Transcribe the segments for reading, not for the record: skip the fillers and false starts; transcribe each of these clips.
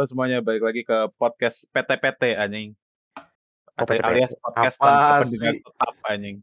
Halo semuanya, balik lagi ke podcast PT-PT anjing. Oh, Atau PT-PT. alias podcast tanpa Apa pendengar sih? tetap anjing.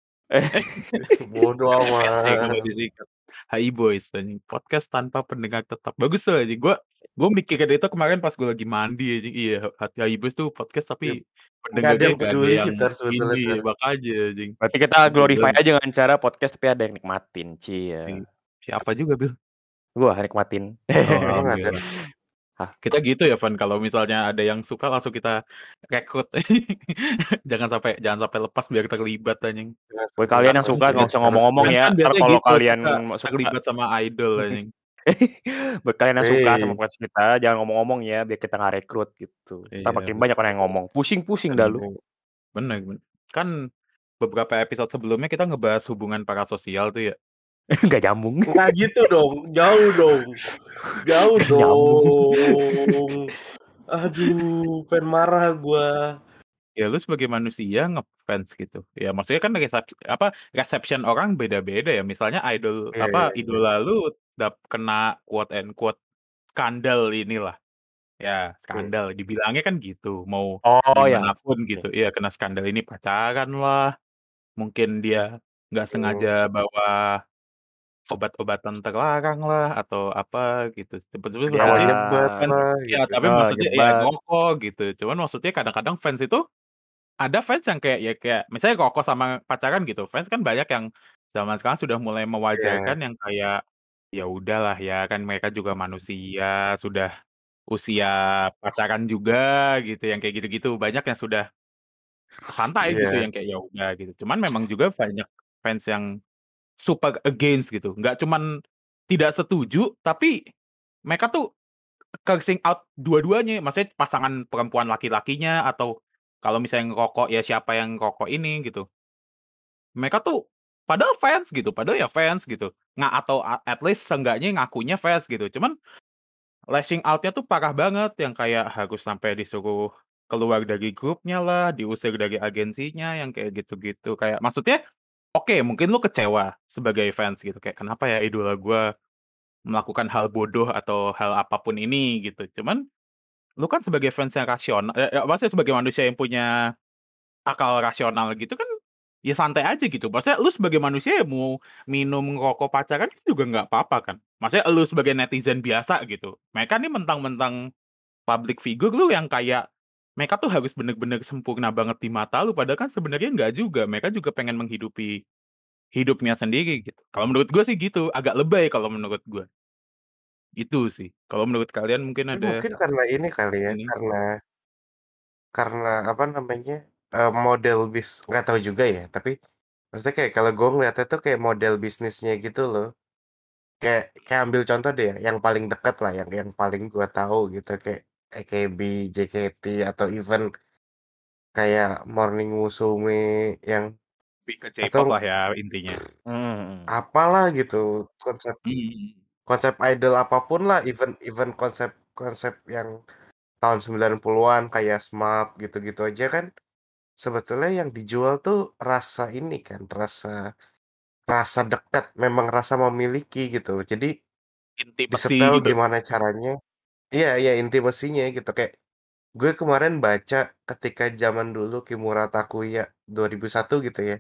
Bodoh PT kalau amat. disingkat. HI Boys anjing. Podcast tanpa pendengar tetap. Bagus tuh anjing. Gua mikirin itu kemarin pas gue lagi mandi anjing. Iya, HI Boys tuh podcast tapi Nggak ada pendengarnya yang gak ada peduli yang sih sebetulnya ini, Ter. makanya anjing. Berarti kita glorify aja dengan cara podcast tapi ada yang nikmatin, cia. Siapa juga, Bil? Gua nikmatin. Oh, Emang ada. alhamdulillah. Kita gitu ya, Van. Kalau misalnya ada yang suka langsung kita rekrut. jangan sampai lepas biar terlibat anjing. Buat kalian yang suka nggak usah ngomong-ngomong ya. Kan Ntar biasanya kalau gitu, kalian suka suka, terlibat sama idol anjing. buat kalian yang suka sama Hey. podcast kita, jangan ngomong-ngomong ya, biar kita nggak rekrut gitu. Ntar Iya, makin banyak orang yang ngomong. Pusing-pusing dah lu. Bener. Kan beberapa episode sebelumnya kita ngebahas hubungan parasosial tuh ya. Nggak nyambung. Nggak gitu dong. Jauh dong. Jauh Nggak nyambung. dong. Aduh, pengen marah gua. Ya lu sebagai manusia ngefans gitu. Ya maksudnya kan reception orang beda-beda ya. Misalnya idol Iya. idola lu kena quote and quote skandal inilah. Ya, skandal dibilangnya kan gitu. Mau Oh ya. dimanapun gitu. Iya, kena skandal ini pacaran lah. Mungkin dia nggak sengaja bawa obat-obatan terlarang lah atau apa gitu. Sebetulnya Awal Ya. nyebat fans, lah. ya Gitu. tapi maksudnya ya nyebat. ngokok gitu. Cuman maksudnya kadang-kadang fans itu ada fans yang kayak misalnya Koko sama pacaran gitu. Fans kan banyak yang zaman sekarang sudah mulai mewajarkan yang kayak ya udahlah ya kan mereka juga manusia, sudah usia pacaran juga gitu yang kayak gitu-gitu. Banyak yang sudah santai gitu Iya. yang kayak ya udah gitu. Cuman memang juga banyak fans yang super against gitu. Nggak cuman tidak setuju tapi mereka tuh cursing out dua-duanya. Maksudnya pasangan perempuan laki-lakinya atau kalau misalnya ngerokok ya siapa yang ngerokok ini gitu. Mereka tuh padahal fans gitu, padahal ya fans gitu. Atau at least seenggaknya ngakunya fans gitu. Cuman lashing out-nya tuh parah banget yang kayak harus sampai disuruh keluar dari grupnya lah, diusir dari agensinya yang kayak gitu-gitu. Kayak maksudnya oke, mungkin lu kecewa sebagai fans gitu. Kayak kenapa ya idola gua melakukan hal bodoh atau hal apapun ini gitu. Cuman lu kan sebagai fans yang rasional, maksudnya sebagai manusia yang punya akal rasional gitu kan, ya santai aja gitu. Maksudnya lu sebagai manusia ya mau minum, ngerokok, pacaran kan juga nggak apa-apa kan. Maksudnya lu sebagai netizen biasa gitu. Mereka nih mentang-mentang public figure lu yang kayak mereka tuh harus bener-bener sempurna banget di mata lu. Padahal kan sebenarnya nggak juga. Mereka juga pengen menghidupi hidupnya sendiri gitu. Kalau menurut gue sih gitu. Agak lebay kalau menurut gue. Itu sih. Kalau menurut kalian mungkin Tapi ada mungkin karena ini kali ya. ini. Karena apa namanya? Model nggak tahu juga ya. Tapi maksudnya kayak kalau gue ngeliatnya tuh kayak model bisnisnya gitu loh. Kayak ambil contoh deh ya, yang paling dekat lah, yang paling gue tahu gitu kayak AKB, JKT atau even kayak Morning Musume yang Lebih ke atau K-pop lah ya intinya. apalah gitu konsep Hmm. konsep idol apapun lah, even konsep konsep yang tahun 90-an kayak SMAP gitu-gitu aja kan sebetulnya yang dijual tuh rasa ini kan, rasa dekat, memang rasa memiliki gitu. Jadi Intimasi disetel gitu. gimana caranya. Iya, iya intimasinya gitu kayak gue kemarin baca ketika zaman dulu Kimura Takuya 2001 gitu ya.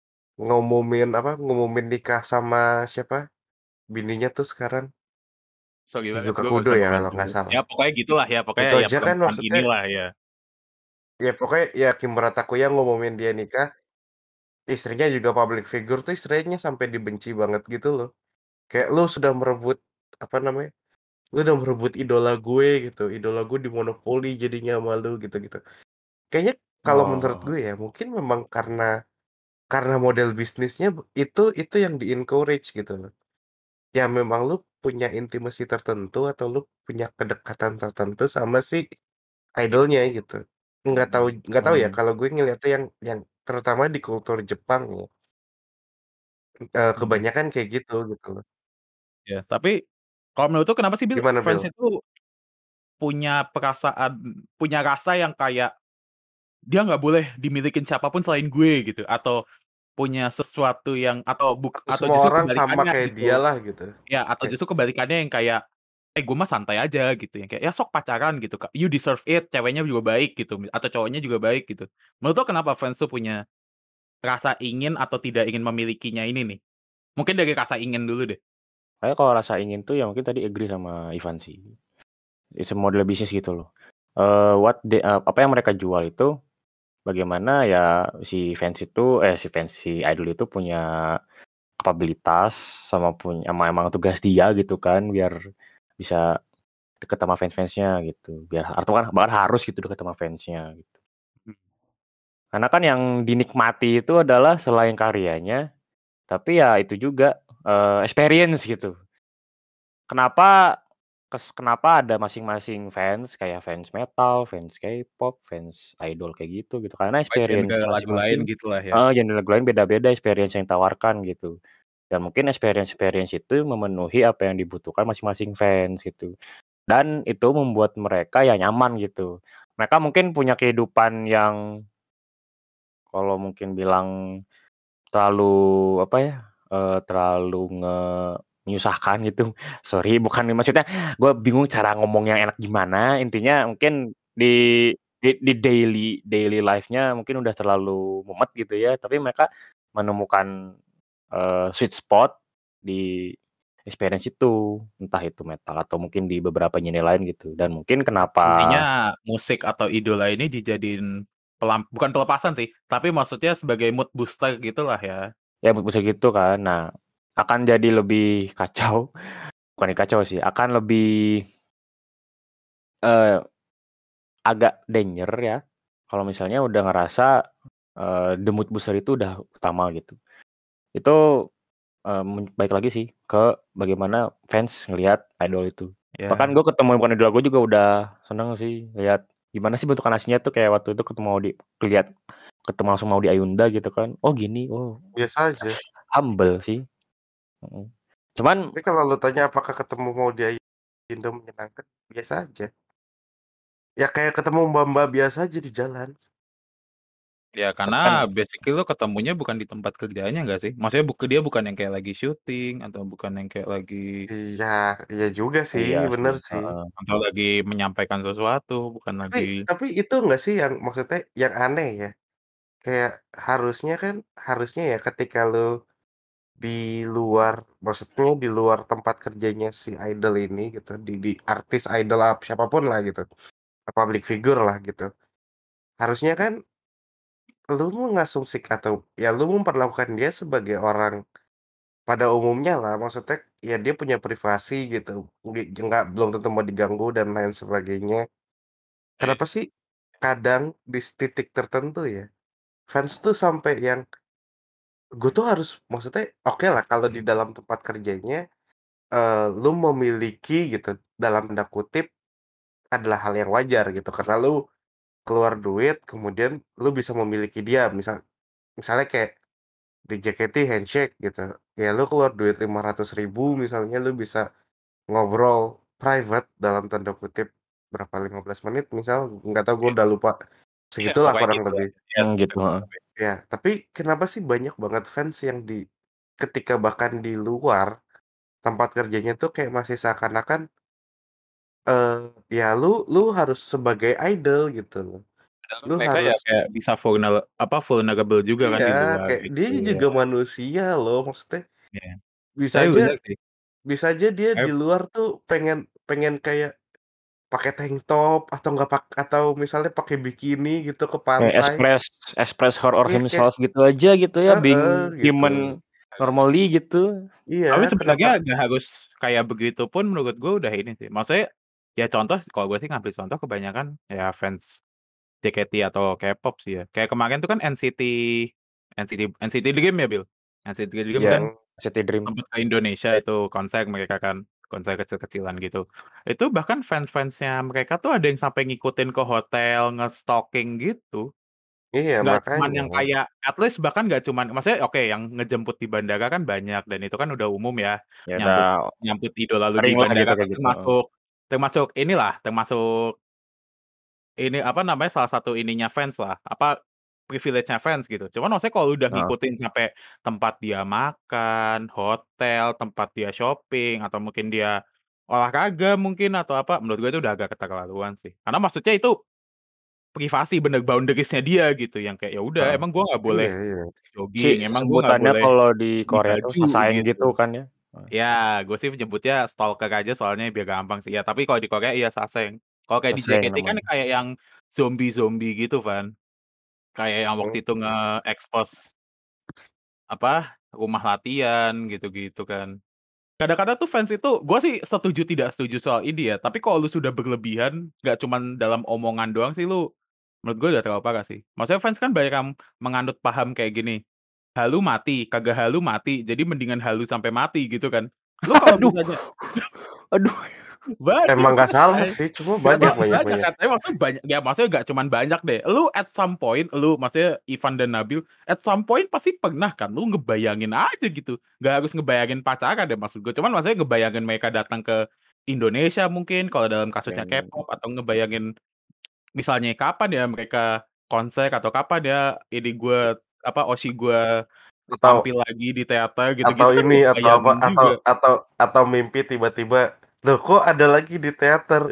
Ngumumin nikah sama siapa? Bininya tuh sekarang Sorry banget Shizuka gue gak Kudo bisa ya kalau ngebantu. nggak salah. Ya pokoknya gitulah ya. Pokoknya Itu ya aja kan perempuan maksudnya inilah ya. ya pokoknya ya Kimura Takuya ngumumin dia nikah, istrinya juga public figure tuh istrinya sampai dibenci banget gitu loh. Kayak lu sudah merebut apa namanya? Lu udah merebut idola gue gitu. Idola gue dimonopoli jadinya sama lu gitu-gitu. Kayaknya kalau menurut gue ya mungkin memang karena model bisnisnya itu yang di-encourage gitu loh. Ya memang lu punya intimasi tertentu atau lu punya kedekatan tertentu sama si idolnya gitu. Nggak tahu ya kalau gue ngeliatnya yang terutama di kultur Jepang ya. Kebanyakan kayak gitu loh. Ya, tapi kalau menurut lu kenapa sih Bil Gimana fans Bill? itu punya perasaan, punya rasa yang kayak dia nggak boleh dimilikin siapapun selain gue gitu atau punya sesuatu yang atau Semua justru orang sama kebalikannya kayak dia gitu. lah gitu. Ya, atau Kayak justru kebalikannya yang kayak gue mah santai aja gitu yang kayak ya sok pacaran gitu Kak. You deserve it, ceweknya juga baik gitu atau cowoknya juga baik gitu. Menurut lo kenapa fans tuh punya rasa ingin atau tidak ingin memilikinya ini nih? Mungkin dari rasa ingin dulu deh. Saya kalau rasa ingin tuh ya mungkin tadi agree sama Ivan sih. It's a model bisnis gitu loh. Apa yang mereka jual itu bagaimana ya si si idol itu punya kapabilitas sama emang tugas dia gitu kan biar bisa deket sama fans-fansnya gitu. Atau kan bahkan harus gitu deket sama fansnya gitu. Hmm. Karena kan yang dinikmati itu adalah selain karyanya, tapi ya itu juga experience gitu. Kenapa ada masing-masing fans kayak fans metal, fans K-pop, fans idol kayak gitu Karena experience Genre lagu lain masing-masing gitulah ya. genre lagu lain beda-beda experience yang ditawarkan gitu. Dan mungkin experience itu memenuhi apa yang dibutuhkan masing-masing fans gitu. Dan itu membuat mereka ya nyaman gitu. Mereka mungkin punya kehidupan yang kalau mungkin bilang terlalu apa ya, terlalu menyusahkan gitu. Sorry, bukan maksudnya gue bingung cara ngomong yang enak gimana. Intinya mungkin di daily life-nya mungkin udah terlalu mumet gitu ya. Tapi mereka menemukan sweet spot di experience itu, entah itu metal atau mungkin di beberapa genre lain gitu. Dan mungkin kenapa Intinya musik atau idola ini dijadiin bukan pelepasan sih, tapi maksudnya sebagai mood booster gitulah ya. ya bisa gitu kan. Nah, akan jadi lebih kacau. Bukan kacau sih, akan lebih eh, agak danger ya kalau misalnya udah ngerasa the mood booster itu udah utama gitu. Itu baik lagi sih ke bagaimana fans ngelihat idol itu. Ya. Bahkan gue ketemu bukan idol gue juga udah seneng sih lihat gimana sih bentukan aslinya tuh kayak waktu itu ketemu langsung mau di Ayunda gitu kan. Oh gini, oh Biasa aja. humble sih. Mm. Cuman Tapi kalau lu tanya apakah ketemu mau dia Indo menyenangkan, biasa aja. Ya kayak ketemu mbak-mbak biasa aja di jalan. Ya karena kan basically lo ketemunya bukan di tempat kerjanya nggak sih? Maksudnya dia bukan yang kayak lagi syuting atau bukan yang kayak lagi Iya, iya juga sih, iya sih. bener sih. atau lagi menyampaikan sesuatu, bukan lagi Tapi itu nggak sih yang maksudnya yang aneh ya? Kayak harusnya ya ketika lu di luar, maksudnya di luar tempat kerjanya si idol ini gitu, di artis idol siapapun lah gitu, public figure lah gitu. Harusnya kan lu mengasumsikan atau ya lu memperlakukan dia sebagai orang pada umumnya lah, maksudnya ya dia punya privasi gitu, nggak belum tentu mau diganggu dan lain sebagainya. Kenapa sih kadang di titik tertentu ya, fans tuh sampai yang gue tuh harus maksudnya oke lah kalau di dalam tempat kerjanya lu memiliki gitu dalam tanda kutip adalah hal yang wajar gitu karena lu keluar duit kemudian lu bisa memiliki dia misalnya kayak di JKT handshake gitu ya lu keluar duit 500.000 misalnya lu bisa ngobrol private dalam tanda kutip berapa 15 menit misal nggak tahu gue udah lupa ya segitulah pokoknya kurang gitu lah. lebih Ya, gitu. ya tapi kenapa sih banyak banget fans yang ketika bahkan di luar tempat kerjanya tuh kayak masih seakan-akan ya lu lu harus sebagai idol gitu loh. padahal Lu mereka ya harus kayak bisa vulnerable juga kan iya, di luar kayak dia gitu. Iya. juga manusia loh, maksudnya Ya. bisa Tapi aja benar sih. bisa aja dia di luar tuh pengen pengen kayak pakai tank top atau nggak atau misalnya pakai bikini gitu ke Kayak pantai. express her or Iya kayak himself gitu aja gitu ya, being gitu. human normally gitu. Iya, Tapi kenapa? sebenarnya nggak harus kayak begitu pun menurut gue udah ini sih. Maksudnya ya contoh kalau gue sih ngambil contoh kebanyakan ya fans JKT atau K-pop sih ya. Kayak kemarin tuh kan NCT Dream ya, Bill. NCT Dream Iya, kan City Dream. sempat ke Indonesia itu konser mereka kan, konser kecil-kecilan gitu. Itu bahkan fans-fansnya mereka tuh ada yang sampai ngikutin ke hotel, nge-stalking gitu. Iya, Nggak cuman makanya. yang kayak at least bahkan nggak cuman maksudnya oke yang ngejemput di bandara kan banyak dan itu kan udah umum ya, Ya nyambut udah nyambut idola lu di sering lah gitu bandara kan kayak gitu. termasuk termasuk inilah, termasuk ini apa namanya, salah satu ininya fans lah, apa, privilege-nya fans gitu. Cuman maksudnya kalau udah Heeh. ngikutin sampai tempat dia makan, hotel, tempat dia shopping, atau mungkin dia olahraga mungkin atau apa, menurut gue itu udah agak keterlaluan sih. Karena maksudnya itu privasi, bener boundaries-nya dia gitu, yang kayak ya udah Heeh. emang gue nggak boleh Iya iya. jogging, emang gue nggak Sebutannya boleh kalau di beli Korea tuh baju sasaeng gitu. gitu kan ya? Heeh. Ya, gue sih nyebutnya stalker aja soalnya biar gampang sih. Ya, tapi kalau di Korea iya saseng. Kalau kayak di Sasaeng JKT kan namanya. kayak yang zombie-zombie gitu, Van. Kayak yang waktu Hmm. itu nge-expose apa, rumah latihan gitu-gitu kan. Kadang-kadang tuh fans itu gue sih setuju tidak setuju soal ini ya, tapi kalau lu sudah berlebihan, nggak cuman dalam omongan doang sih lu, menurut gue udah terlalu parah sih. Maksudnya fans kan banyak yang menganut paham kayak gini, halu mati, kagak halu mati, jadi mendingan halu sampai mati gitu kan. Lu kalau Aduh. misalnya Aduh. banyak Emang nggak salah Bray. sih, cuma Nggak banyak banyak banyak banyak. kan, tapi maksudnya banyak ya maksudnya nggak cuman banyak deh. Lu at some point, lu maksudnya Ivan dan Nabil, at some point pasti pernah kan lu ngebayangin aja gitu. Nggak harus ngebayangin pacaran deh maksud gue, cuman maksudnya ngebayangin mereka datang ke Indonesia mungkin kalau dalam kasusnya K-pop, atau ngebayangin misalnya kapan ya mereka konser atau kapan ya ini gue apa, OSI gue Atau tampil lagi di teater atau gitu-gitu kan lu ini atau apa bayangin juga. atau mimpi tiba-tiba, loh kok ada lagi di teater?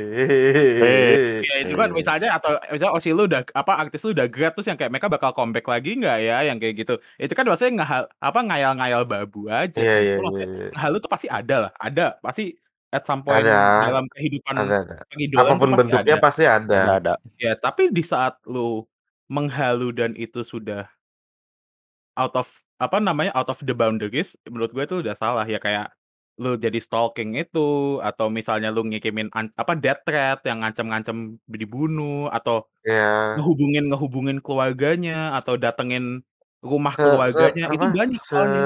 Ya itu kan misalnya, atau misalnya OSI lu udah apa, artis lu udah grad terus yang kayak mereka bakal comeback lagi nggak ya, yang kayak gitu. Itu kan maksudnya ngayal-ngayal babu aja Iya kan. iya Cuma iya maksudnya iya. ngehalu tuh pasti ada lah, ada. Pasti at some Ada point dalam kehidupan ada. pengidolan tuh Apapun pasti bentuknya ada. pasti ada. Ada. Ya, tapi di saat lu menghalu dan itu sudah out of apa namanya, out of the boundaries, menurut gue itu udah salah ya. Kayak lu jadi stalking itu, atau misalnya lu ngirimin apa, death threat yang ngancem-ngancem dibunuh, atau Ya, ngehubungin keluarganya, atau datengin rumah se keluarganya, itu apa, banyak soalnya.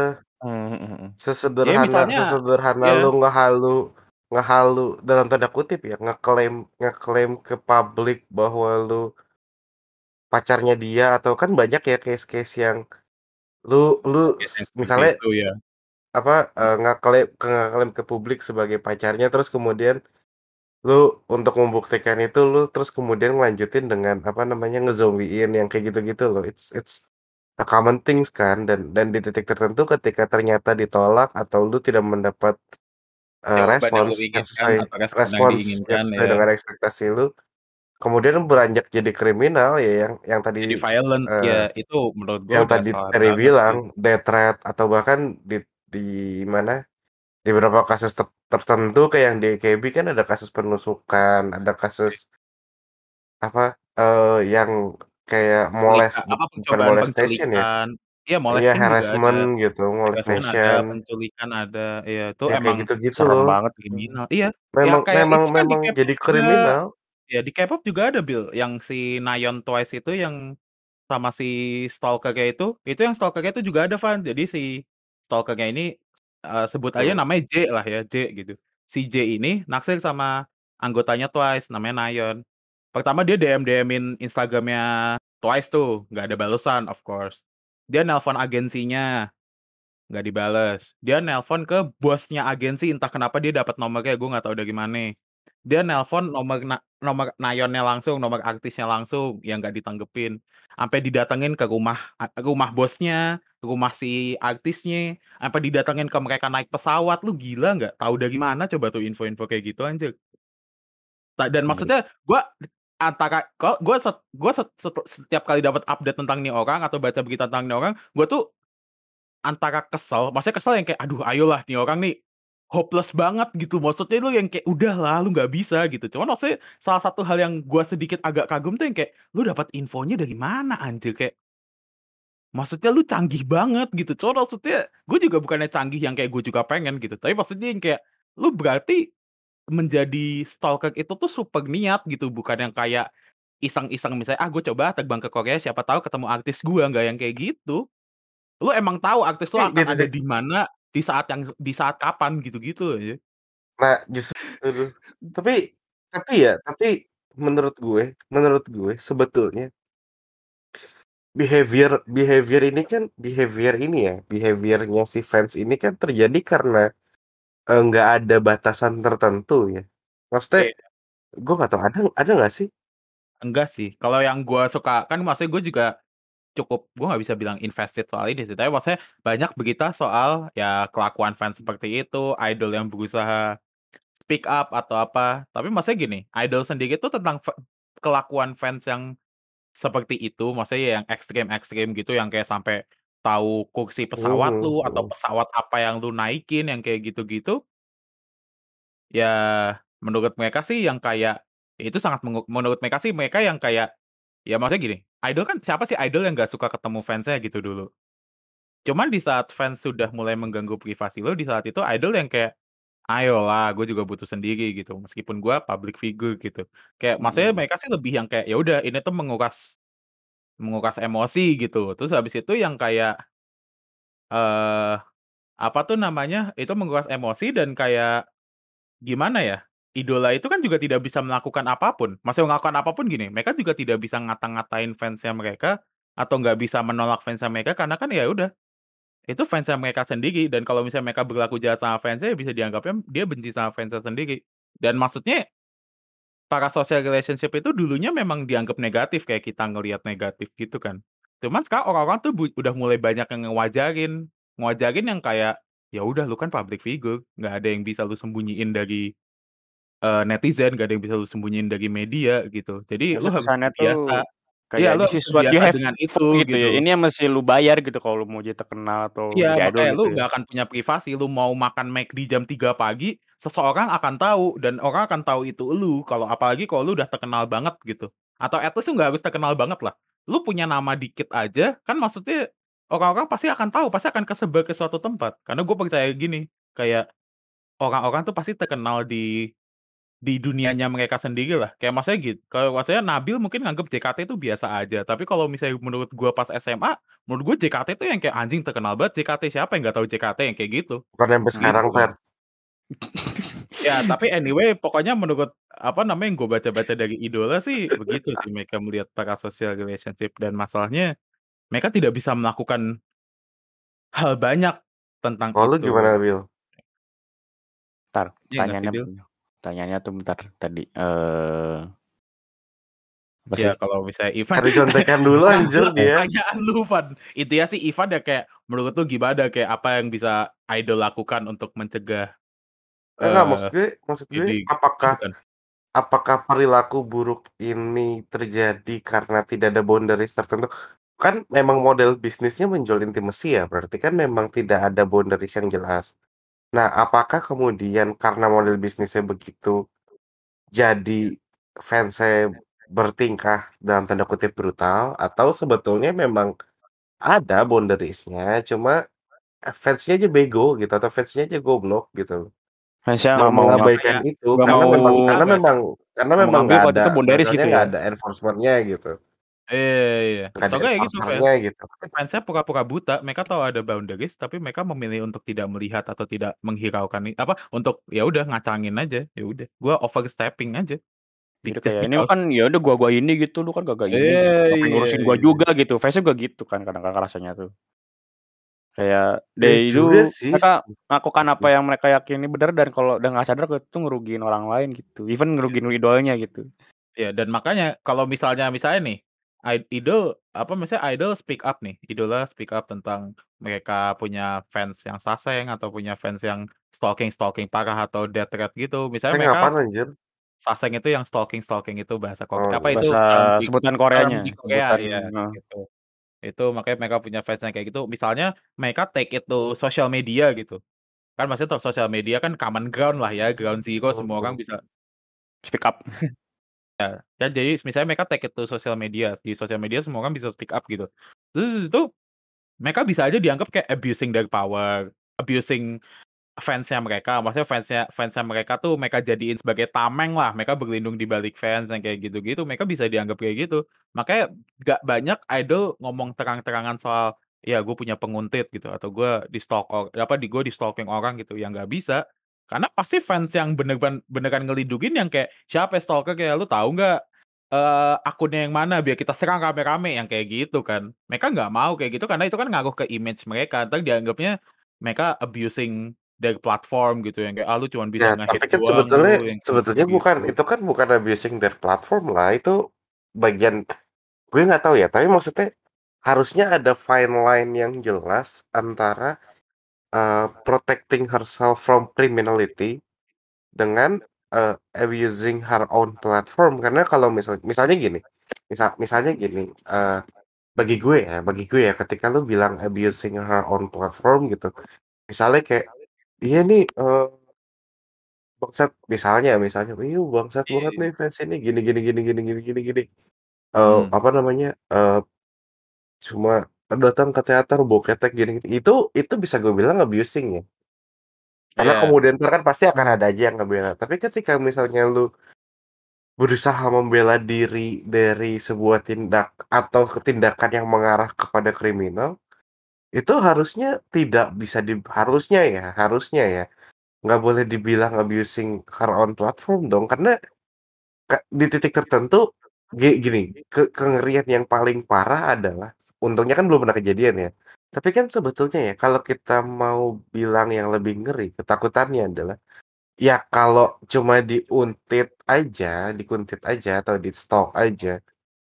Ya misalnya sesederhana ya lu ngehalu ngehalu dalam tanda kutip ya, ngeklaim ngeklaim ke publik bahwa lu pacarnya dia, atau kan banyak ya case-case yang lu lu case yang seperti misalnya itu ya. apa, ngeklaim ke publik sebagai pacarnya, terus kemudian lu untuk membuktikan itu, lu terus kemudian ngelanjutin dengan apa namanya, ngezombiin yang kayak gitu-gitu loh. It's a common things kan, dan di titik tertentu ketika ternyata ditolak atau lu tidak mendapat, Jawaban yang respons lu yang inginkan sesuai atau respon yang respons yang diinginkan sesuai ya. dengan ekspektasi lu, kemudian beranjak jadi kriminal ya, yang Jadi tadi, violence eee, ya, itu menurut gue yang udah tadi salah Terry banget sih. bilang, death threat, atau bahkan di mana, di beberapa kasus tertentu kayak yang di AKB kan ada kasus penusukan, ada kasus apa, yang kayak Apa, bukan percobaan molestation ya, penculikan. Iya, iya molesting juga ada. harassment gitu, Harassment ada, molestation, penculikan ada. Iya, itu ya kayak emang gitu-gitu Serem loh. banget itu. kriminal. Iya, ya Memang kayak memang itu kan di memang K-pop jadi juga. kriminal. Ya di K-pop juga ada Bill, yang si Nayeon Twice itu yang sama si stalker-nya itu yang stalker-nya itu juga ada Van. Jadi si stalker-nya ini sebut aja Hmm. namanya J lah ya, J gitu. Si J ini naksir sama anggotanya Twice namanya Nayeon. Pertama dia DM-in Instagramnya Twice tuh, nggak ada balasan of course. Dia nelpon agensinya, nggak dibales. Dia nelpon ke bosnya agensi, entah kenapa dia dapat nomornya, gue nggak tahu dari mana. Dia nelpon nomor Nayonnya langsung, nomor artisnya langsung, yang nggak ditanggepin. Sampai didatengin ke rumah bosnya, rumah si artisnya, sampai didatengin ke mereka naik pesawat. Lu gila nggak? Tahu dari mana coba tuh info-info kayak gitu anjir. Dan maksudnya gue antara kok gue setiap kali dapat update tentang nih orang atau baca berita tentang nih orang, gue tuh antara kesel, maksudnya kesel yang kayak, aduh ayolah nih orang nih hopeless banget gitu. Maksudnya lu yang kayak, udah lah lu nggak bisa gitu. Cuman maksudnya salah satu hal yang gua sedikit agak kagum tuh yang kayak, lu dapat infonya dari mana anjir? Kayak, maksudnya lu canggih banget gitu. Cuman maksudnya, gue juga bukannya canggih yang kayak gue juga pengen gitu. Tapi maksudnya yang kayak, lu berarti menjadi stalker itu tuh super niat gitu. Bukan yang kayak iseng-iseng misalnya, gue coba terbang ke Korea siapa tahu ketemu artis gua, nggak yang kayak gitu. Lu emang tahu artis lu Tapi di akan ada titik di mana, di saat kapan gitu-gitu aja. nah justru itu. Tapi tapi menurut gue sebetulnya behavior-nya si fans ini kan terjadi karena, nggak ada batasan tertentu ya. Maksudnya Oke. gue nggak tahu, ada nggak sih? Enggak sih, kalau yang gua suka kan maksudnya gue juga gua nggak bisa bilang invested soal ini sih, tapi maksudnya banyak berita soal ya kelakuan fans seperti itu, idol yang berusaha speak up atau apa. Tapi maksudnya gini, idol sendiri tuh tentang kelakuan fans yang seperti itu, maksudnya yang ekstrim-ekstrim gitu, yang kayak sampai tahu kursi pesawat Mhm, lu atau mhm. pesawat apa yang lu naikin, yang kayak gitu-gitu, ya menurut mereka sih yang kayak ya itu sangat menurut mereka sih mereka yang kayak ya maksudnya gini, idol kan siapa sih idol yang nggak suka ketemu fansnya gitu dulu. Cuman di saat fans sudah mulai mengganggu privasi lo, di saat itu idol yang kayak, "Ayolah, gue juga butuh sendiri," gitu, meskipun gue public figure gitu. Kayak maksudnya Mhm. mereka sih lebih yang kayak, ya udah ini tuh menguras menguras emosi gitu. Terus habis itu yang kayak, eee, apa tuh namanya, itu menguras emosi dan kayak gimana ya, idola itu kan juga tidak bisa melakukan apapun. Maksudnya melakukan apapun gini, mereka juga tidak bisa ngata-ngatain fansnya mereka, atau nggak bisa menolak fansnya mereka karena kan ya udah, itu fansnya mereka sendiri dan kalau misalnya mereka berlaku jahat sama fansnya, ya bisa dianggapnya dia benci sama fansnya sendiri. Dan maksudnya social relationship itu dulunya memang dianggap negatif, kayak kita ngelihat negatif gitu kan. Cuman sekarang orang-orang tuh udah mulai banyak yang ngewajarin yang kayak, ya udah lu kan public figure, nggak ada yang bisa lu sembunyiin dari, netizen, nggak ada yang bisa lu sembunyiin dari media gitu. Jadi lu Biasa harus kesannya tuh terbiasa iya, kayak lu this harus is what you terbiasa have dengan for itu gitu ya. gitu. Ini yang mesti lu bayar gitu kalau lu mau jadi terkenal atau Iya, jadi idol makanya gitu lu ya. nggak akan punya privasi, lu mau makan McD jam 3 pagi, seseorang akan tahu dan orang akan tahu itu elu, kalau apalagi kalau lu udah terkenal banget gitu. Atau at least lu nggak harus terkenal banget lah. Lu punya nama dikit aja, kan maksudnya orang-orang pasti akan tahu, pasti akan kesebar ke suatu tempat. Karena gue percaya gini, kayak orang-orang tuh pasti terkenal di dunianya mereka sendiri lah. Kayak maksudnya gitu, kalau maksudnya Nabil mungkin nganggep JKT itu biasa aja, tapi kalau misalnya menurut gua pas SMA, menurut gua JKT itu yang kayak, "Anjing terkenal banget JKT, siapa yang nggak tahu JKT?" Yang kayak gitu. Bukan sampai sekarang, Gitu kan. Fer. Ya, tapi anyway, pokoknya menurut, apa namanya, yang gue baca-baca dari idola sih, begitu sih mereka melihat social relationship dan masalahnya, mereka tidak bisa melakukan hal banyak tentang Kalau lu itu. gimana, Bil? Entar, Iya nggak sih, Bil? pertanyaannya tuh bentar tadi, apa Ya sih? kalau misalnya Ivan Kan dicontekan dulu anjir jawab dia. pertanyaan lu, Van. Intinya sih Ivan ya kayak, menurut lu gimana, kayak apa yang bisa idol lakukan untuk mencegah, Enggak, eee, maksud gue jadi apakah bukan. apakah perilaku buruk ini terjadi karena tidak ada boundaries tertentu? Kan memang model bisnisnya menjual intimacy ya, berarti kan memang tidak ada boundaries yang jelas. Nah, apakah kemudian karena model bisnisnya begitu, jadi fansnya bertingkah dalam tanda kutip brutal, atau sebetulnya memang ada boundariesnya, cuma fansnya aja bego gitu, atau fansnya aja goblok gitu. Fansnya Nah, nggak mau namanya Mengabaikan itu nggak karena mau memang kita bahasa karena nggak mau memang ngambil nggak kalau ada itu bondaris bahasanya gitu nggak ya. ada enforcement-nya gitu, iya. nggak ada Atau kayak gitu, Van. enforcer-nya gitu. Fansnya pura-pura buta, mereka tahu ada boundaries, tapi mereka memilih untuk tidak melihat atau tidak menghiraukan apa, untuk ya udah ngacangin aja, ya udah. Gua overstepping aja, Jadi just kayak ini because. kan ya udah gua ini gitu, lu kan kagak ini gitu. Ngapain ngurusin gua Iya. juga gitu. Fansnya juga gitu kan kadang-kadang rasanya tuh. Kayak Iya they juga itu sih. mereka melakukan apa yang mereka yakini benar dan kalau udah nggak sadar itu ngerugiin orang lain gitu. Even ngerugiin idolnya gitu. Ya dan makanya kalau misalnya nih, idol apa misalnya idol speak up nih, idola speak up tentang mereka punya fans yang saseng atau punya fans yang stalking parah atau death threat gitu. Misalnya Saya mereka apaan anjir? saseng itu yang stalking itu bahasa Oh, apa iya. itu Bahasa sebutan term Koreanya, di Korea sebutan ya gitu. Itu makanya mereka punya fans yang kayak gitu. Misalnya mereka take it to social media gitu. Kan maksudnya sosial media kan common ground lah ya, ground zero semua orang Mhm. bisa. speak up. Ya jadi misalnya mereka take it to sosial media, di sosial media semua orang bisa speak up gitu. Terus itu mereka bisa aja dianggap kayak abusing their power, abusing fansnya mereka, maksudnya fansnya mereka tuh mereka jadiin sebagai tameng lah, mereka berlindung di balik fans yang kayak gitu-gitu, mereka bisa dianggap kayak gitu. Makanya gak banyak idol ngomong terang-terangan soal, ya gue punya penguntit gitu, atau gue gue di stalking orang gitu, yang nggak bisa. Karena pasti fans yang beneran ngelindungin yang kayak, siapa stalker kayak lu tahu nggak akunnya yang mana biar kita serang rame-rame yang kayak gitu kan. Mereka nggak mau kayak gitu karena itu kan ngaruh ke image mereka. Ntar dianggapnya mereka abusing dari platform gitu yang kayak, lu cuman bisa Ya, tapi nge-hate kan doang sebetulnya lu yang kayak sebetulnya bukan gitu-gitu. itu kan bukan abusing their platform lah, itu bagian gue nggak tahu ya, tapi maksudnya harusnya ada fine line yang jelas antara protecting herself from criminality dengan abusing her own platform. Karena kalau misalnya gini, misalnya gini, bagi gue ya, ketika lu bilang abusing her own platform gitu, misalnya kayak iya nih bangsat, misalnya, iya bangsat banget Iya. nih fans ini gini gini gini gini gini gini gini. Hmm. Apa namanya? Cuma datang ke teater bawa ketek gini, itu bisa gue bilang abusing ya. Karena Iya. kemudian ntar kan pasti akan ada aja yang ngebela. Tapi ketika misalnya lu berusaha membela diri dari sebuah tindak atau tindakan yang mengarah kepada kriminal, itu harusnya tidak bisa harusnya ya, nggak boleh dibilang abusing her own platform dong, karena di titik tertentu gini, kengerian yang paling parah adalah, untungnya kan belum pernah kejadian ya. Tapi kan sebetulnya ya, kalau kita mau bilang yang lebih ngeri, ketakutannya adalah ya kalau cuma dikuntit aja atau di stalk aja,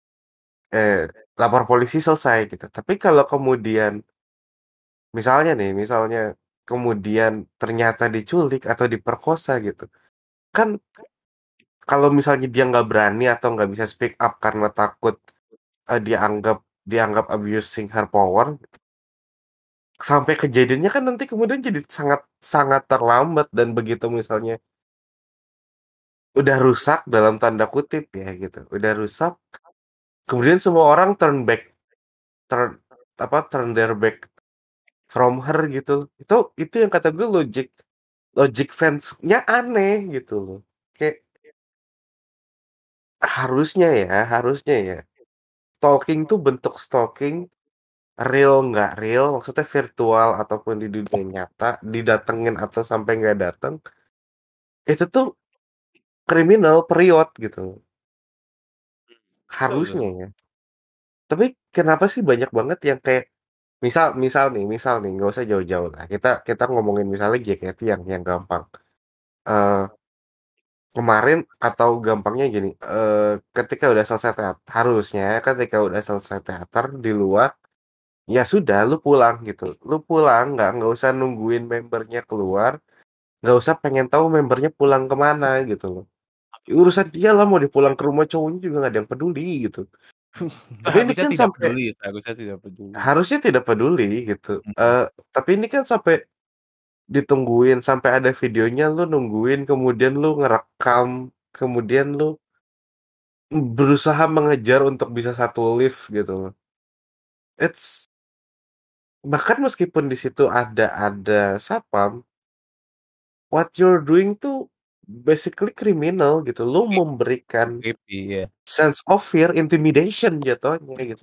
lapor polisi selesai gitu. Tapi kalau kemudian misalnya kemudian ternyata diculik atau diperkosa gitu, kan kalau misalnya dia nggak berani atau nggak bisa speak up karena takut dianggap dianggap abusing her power, sampai kejadiannya kan nanti kemudian jadi sangat sangat terlambat, dan begitu misalnya udah rusak dalam tanda kutip ya gitu, udah rusak, kemudian semua orang turn turn their back from her gitu. Itu yang kata gue logic fansnya aneh gitu loh. Kayak harusnya ya. Stalking tuh bentuk stalking, real nggak real, maksudnya virtual ataupun di dunia nyata, didatengin atau sampai nggak dateng, itu tuh kriminal period gitu. Betul, betul. Harusnya ya. Tapi kenapa sih banyak banget yang kayak misal nih nggak usah jauh-jauh lah. Kita kita ngomongin misalnya JKT yang gampang. Eh Kemarin atau gampangnya gini, ketika udah selesai harusnya ketika udah selesai teater di luar, ya sudah lu pulang gitu. Lu pulang, nggak usah nungguin membernya keluar, nggak usah pengen tahu membernya pulang kemana gitu loh. Ya urusan dia lah, mau dipulang ke rumah cowoknya juga nggak ada yang peduli gitu. Tapi ini Seharusnya kan tidak sampai peduli, seharusnya tidak peduli. harusnya tidak peduli gitu. Mhm. Tapi ini kan sampai ditungguin sampai ada videonya, lu nungguin, kemudian lu ngerekam, kemudian lu berusaha mengejar untuk bisa satu lift gitu loh. It's bahkan meskipun di situ ada satpam, what you're doing tuh basically criminal gitu. Lu memberikan Creepy, ya. sense of fear, intimidation jatuhnya gitu.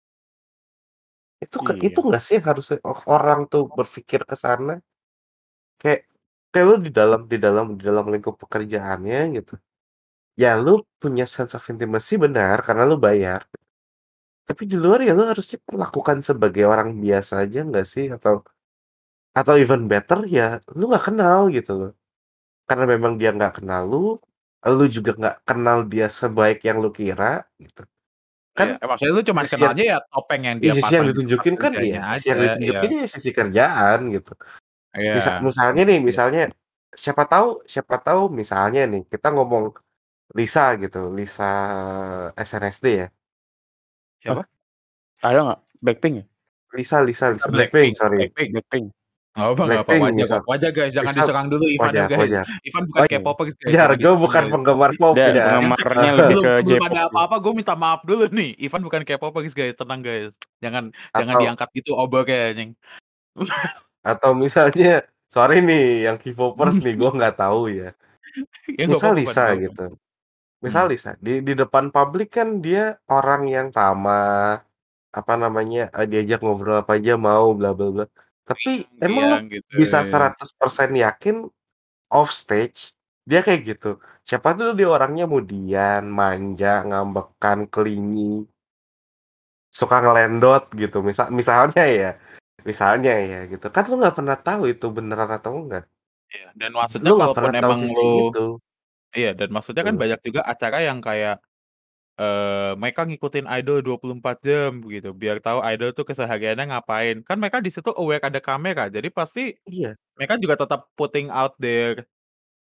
Itu Iya. nggak sih harusnya orang tuh berpikir ke sana, kayak kayak lu di dalam lingkup pekerjaannya gitu. Ya lu punya sense of intimacy benar karena lu bayar. Tapi di luar ya lu harusnya perlakukan sebagai orang biasa aja nggak sih? Atau even better ya lu nggak kenal gitu loh. Karena memang dia nggak kenal lu juga nggak kenal dia sebaik yang lu kira gitu. Kan Iya, maksudnya lu cuman sisi yang kenalnya ya topeng yang dia sisi yang pasang di tempat ditunjukin kan kerjanya sisi yang aja, iya. ditunjukin ya sisi kerjaan gitu. Iya, iya. Misalnya siapa tahu misalnya nih kita ngomong Lisa gitu, Lisa SNSD ya. Hah, Siapa? ada nggak? Blackpink ya? Lisa Blackpink, Blackpink, sorry. Blackpink. Blackpink. Nggak apa, Blackpink wajar misal. kok. Wajar guys, jangan Lisa diserang dulu Ivan ya wajar guys. wajar. Ivan bukan Oh K-popers guys, iya, jangan gue diserang bukan guys. penggemar pop Dia ya. penggemarnya Yang lebih sebelum ke sebelum ada J-pop sih. apa-apa, gue minta maaf dulu nih. Ivan bukan K-popers guys, tenang guys. Jangan jangan Atau diangkat gitu obrolnya anjing. atau misalnya sorry nih yang K-popers nih, gue nggak tahu ya. Ya nggak Misal apa-apa, Van, Lisa nggak apa-apa. gitu. Misal Hmm. Lisa di depan publik kan dia orang yang tamah, apa namanya, diajak ngobrol apa aja mau bla bla bla. Tapi emang lu Yang gitu. bisa 100% yakin off stage dia kayak gitu? Siapa tuh dia orangnya mudian, manja, ngambekan, clingy, suka ngelendot gitu. Misalnya ya gitu. Kan lu nggak pernah tahu itu beneran atau enggak. Iya, dan maksudnya Lu nggak kalaupun pernah tahu emang sisi lu itu. iya, dan maksudnya kan Tuh. banyak juga acara yang kayak mereka ngikutin idol 24 jam gitu, biar tahu idol tuh kesehariannya ngapain. Kan mereka di situ aware ada kamera, jadi pasti Iya. mereka juga tetap putting out their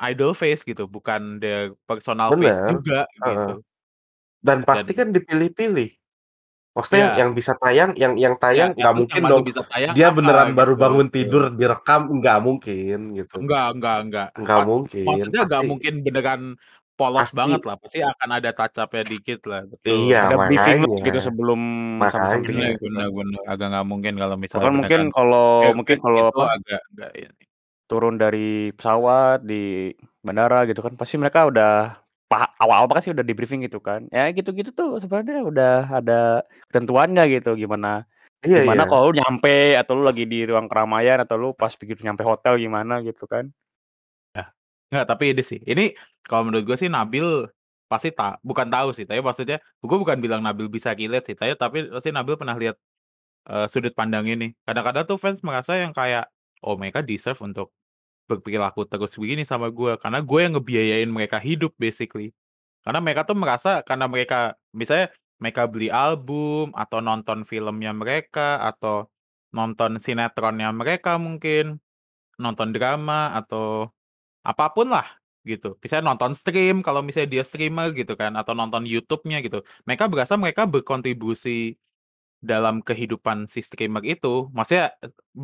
idol face gitu, bukan their personal face Bener, juga heeh. gitu. Dan pasti Dan kan dipilih-pilih. Maksudnya ya, yang bisa tayang, yang ya, tayang ya nggak terus yang mungkin masih dong, bisa tayang dia apa beneran baru gitu. bangun tidur direkam, nggak mungkin gitu. Enggak. Nggak mungkin, Maksudnya nggak pasti mungkin beneran polos pasti banget lah, pasti akan ada touch up-nya dikit lah, iya, betul. Ada briefing lah gitu makanya sebelum sampai makanya. gitu kan. Bener, agak nggak mungkin kalau misalnya Bahkan mungkin beneran kalau face kalau gitu apa, agak nggak ini. turun dari pesawat di bandara gitu kan, pasti mereka udah awal-awal pasti udah di-briefing gitu kan. Ya gitu-gitu tuh sebenarnya udah ada ketentuannya gitu, gimana Iya. kalau lu nyampe atau lu lagi di ruang keramaian atau lu pas begitu nyampe hotel gimana gitu kan. Ya. Nggak, tapi ini sih. Ini kalau menurut gue sih Nabil pasti bukan tahu sih, tapi maksudnya gue bukan bilang Nabil bisa relate sih, tapi pasti Nabil pernah lihat sudut pandang ini. Kadang-kadang tuh fans merasa yang kayak, oh mereka deserve untuk berperilaku terus begini sama gue, karena gue yang ngebiayain mereka hidup basically. Karena mereka tuh merasa karena mereka misalnya mereka beli album atau nonton filmnya mereka atau nonton sinetronnya mereka mungkin, nonton drama atau apapun lah gitu. Misalnya nonton stream kalau misalnya dia streamer gitu kan atau nonton YouTube-nya gitu. Mereka berasa mereka berkontribusi dalam kehidupan si streamer itu. Maksudnya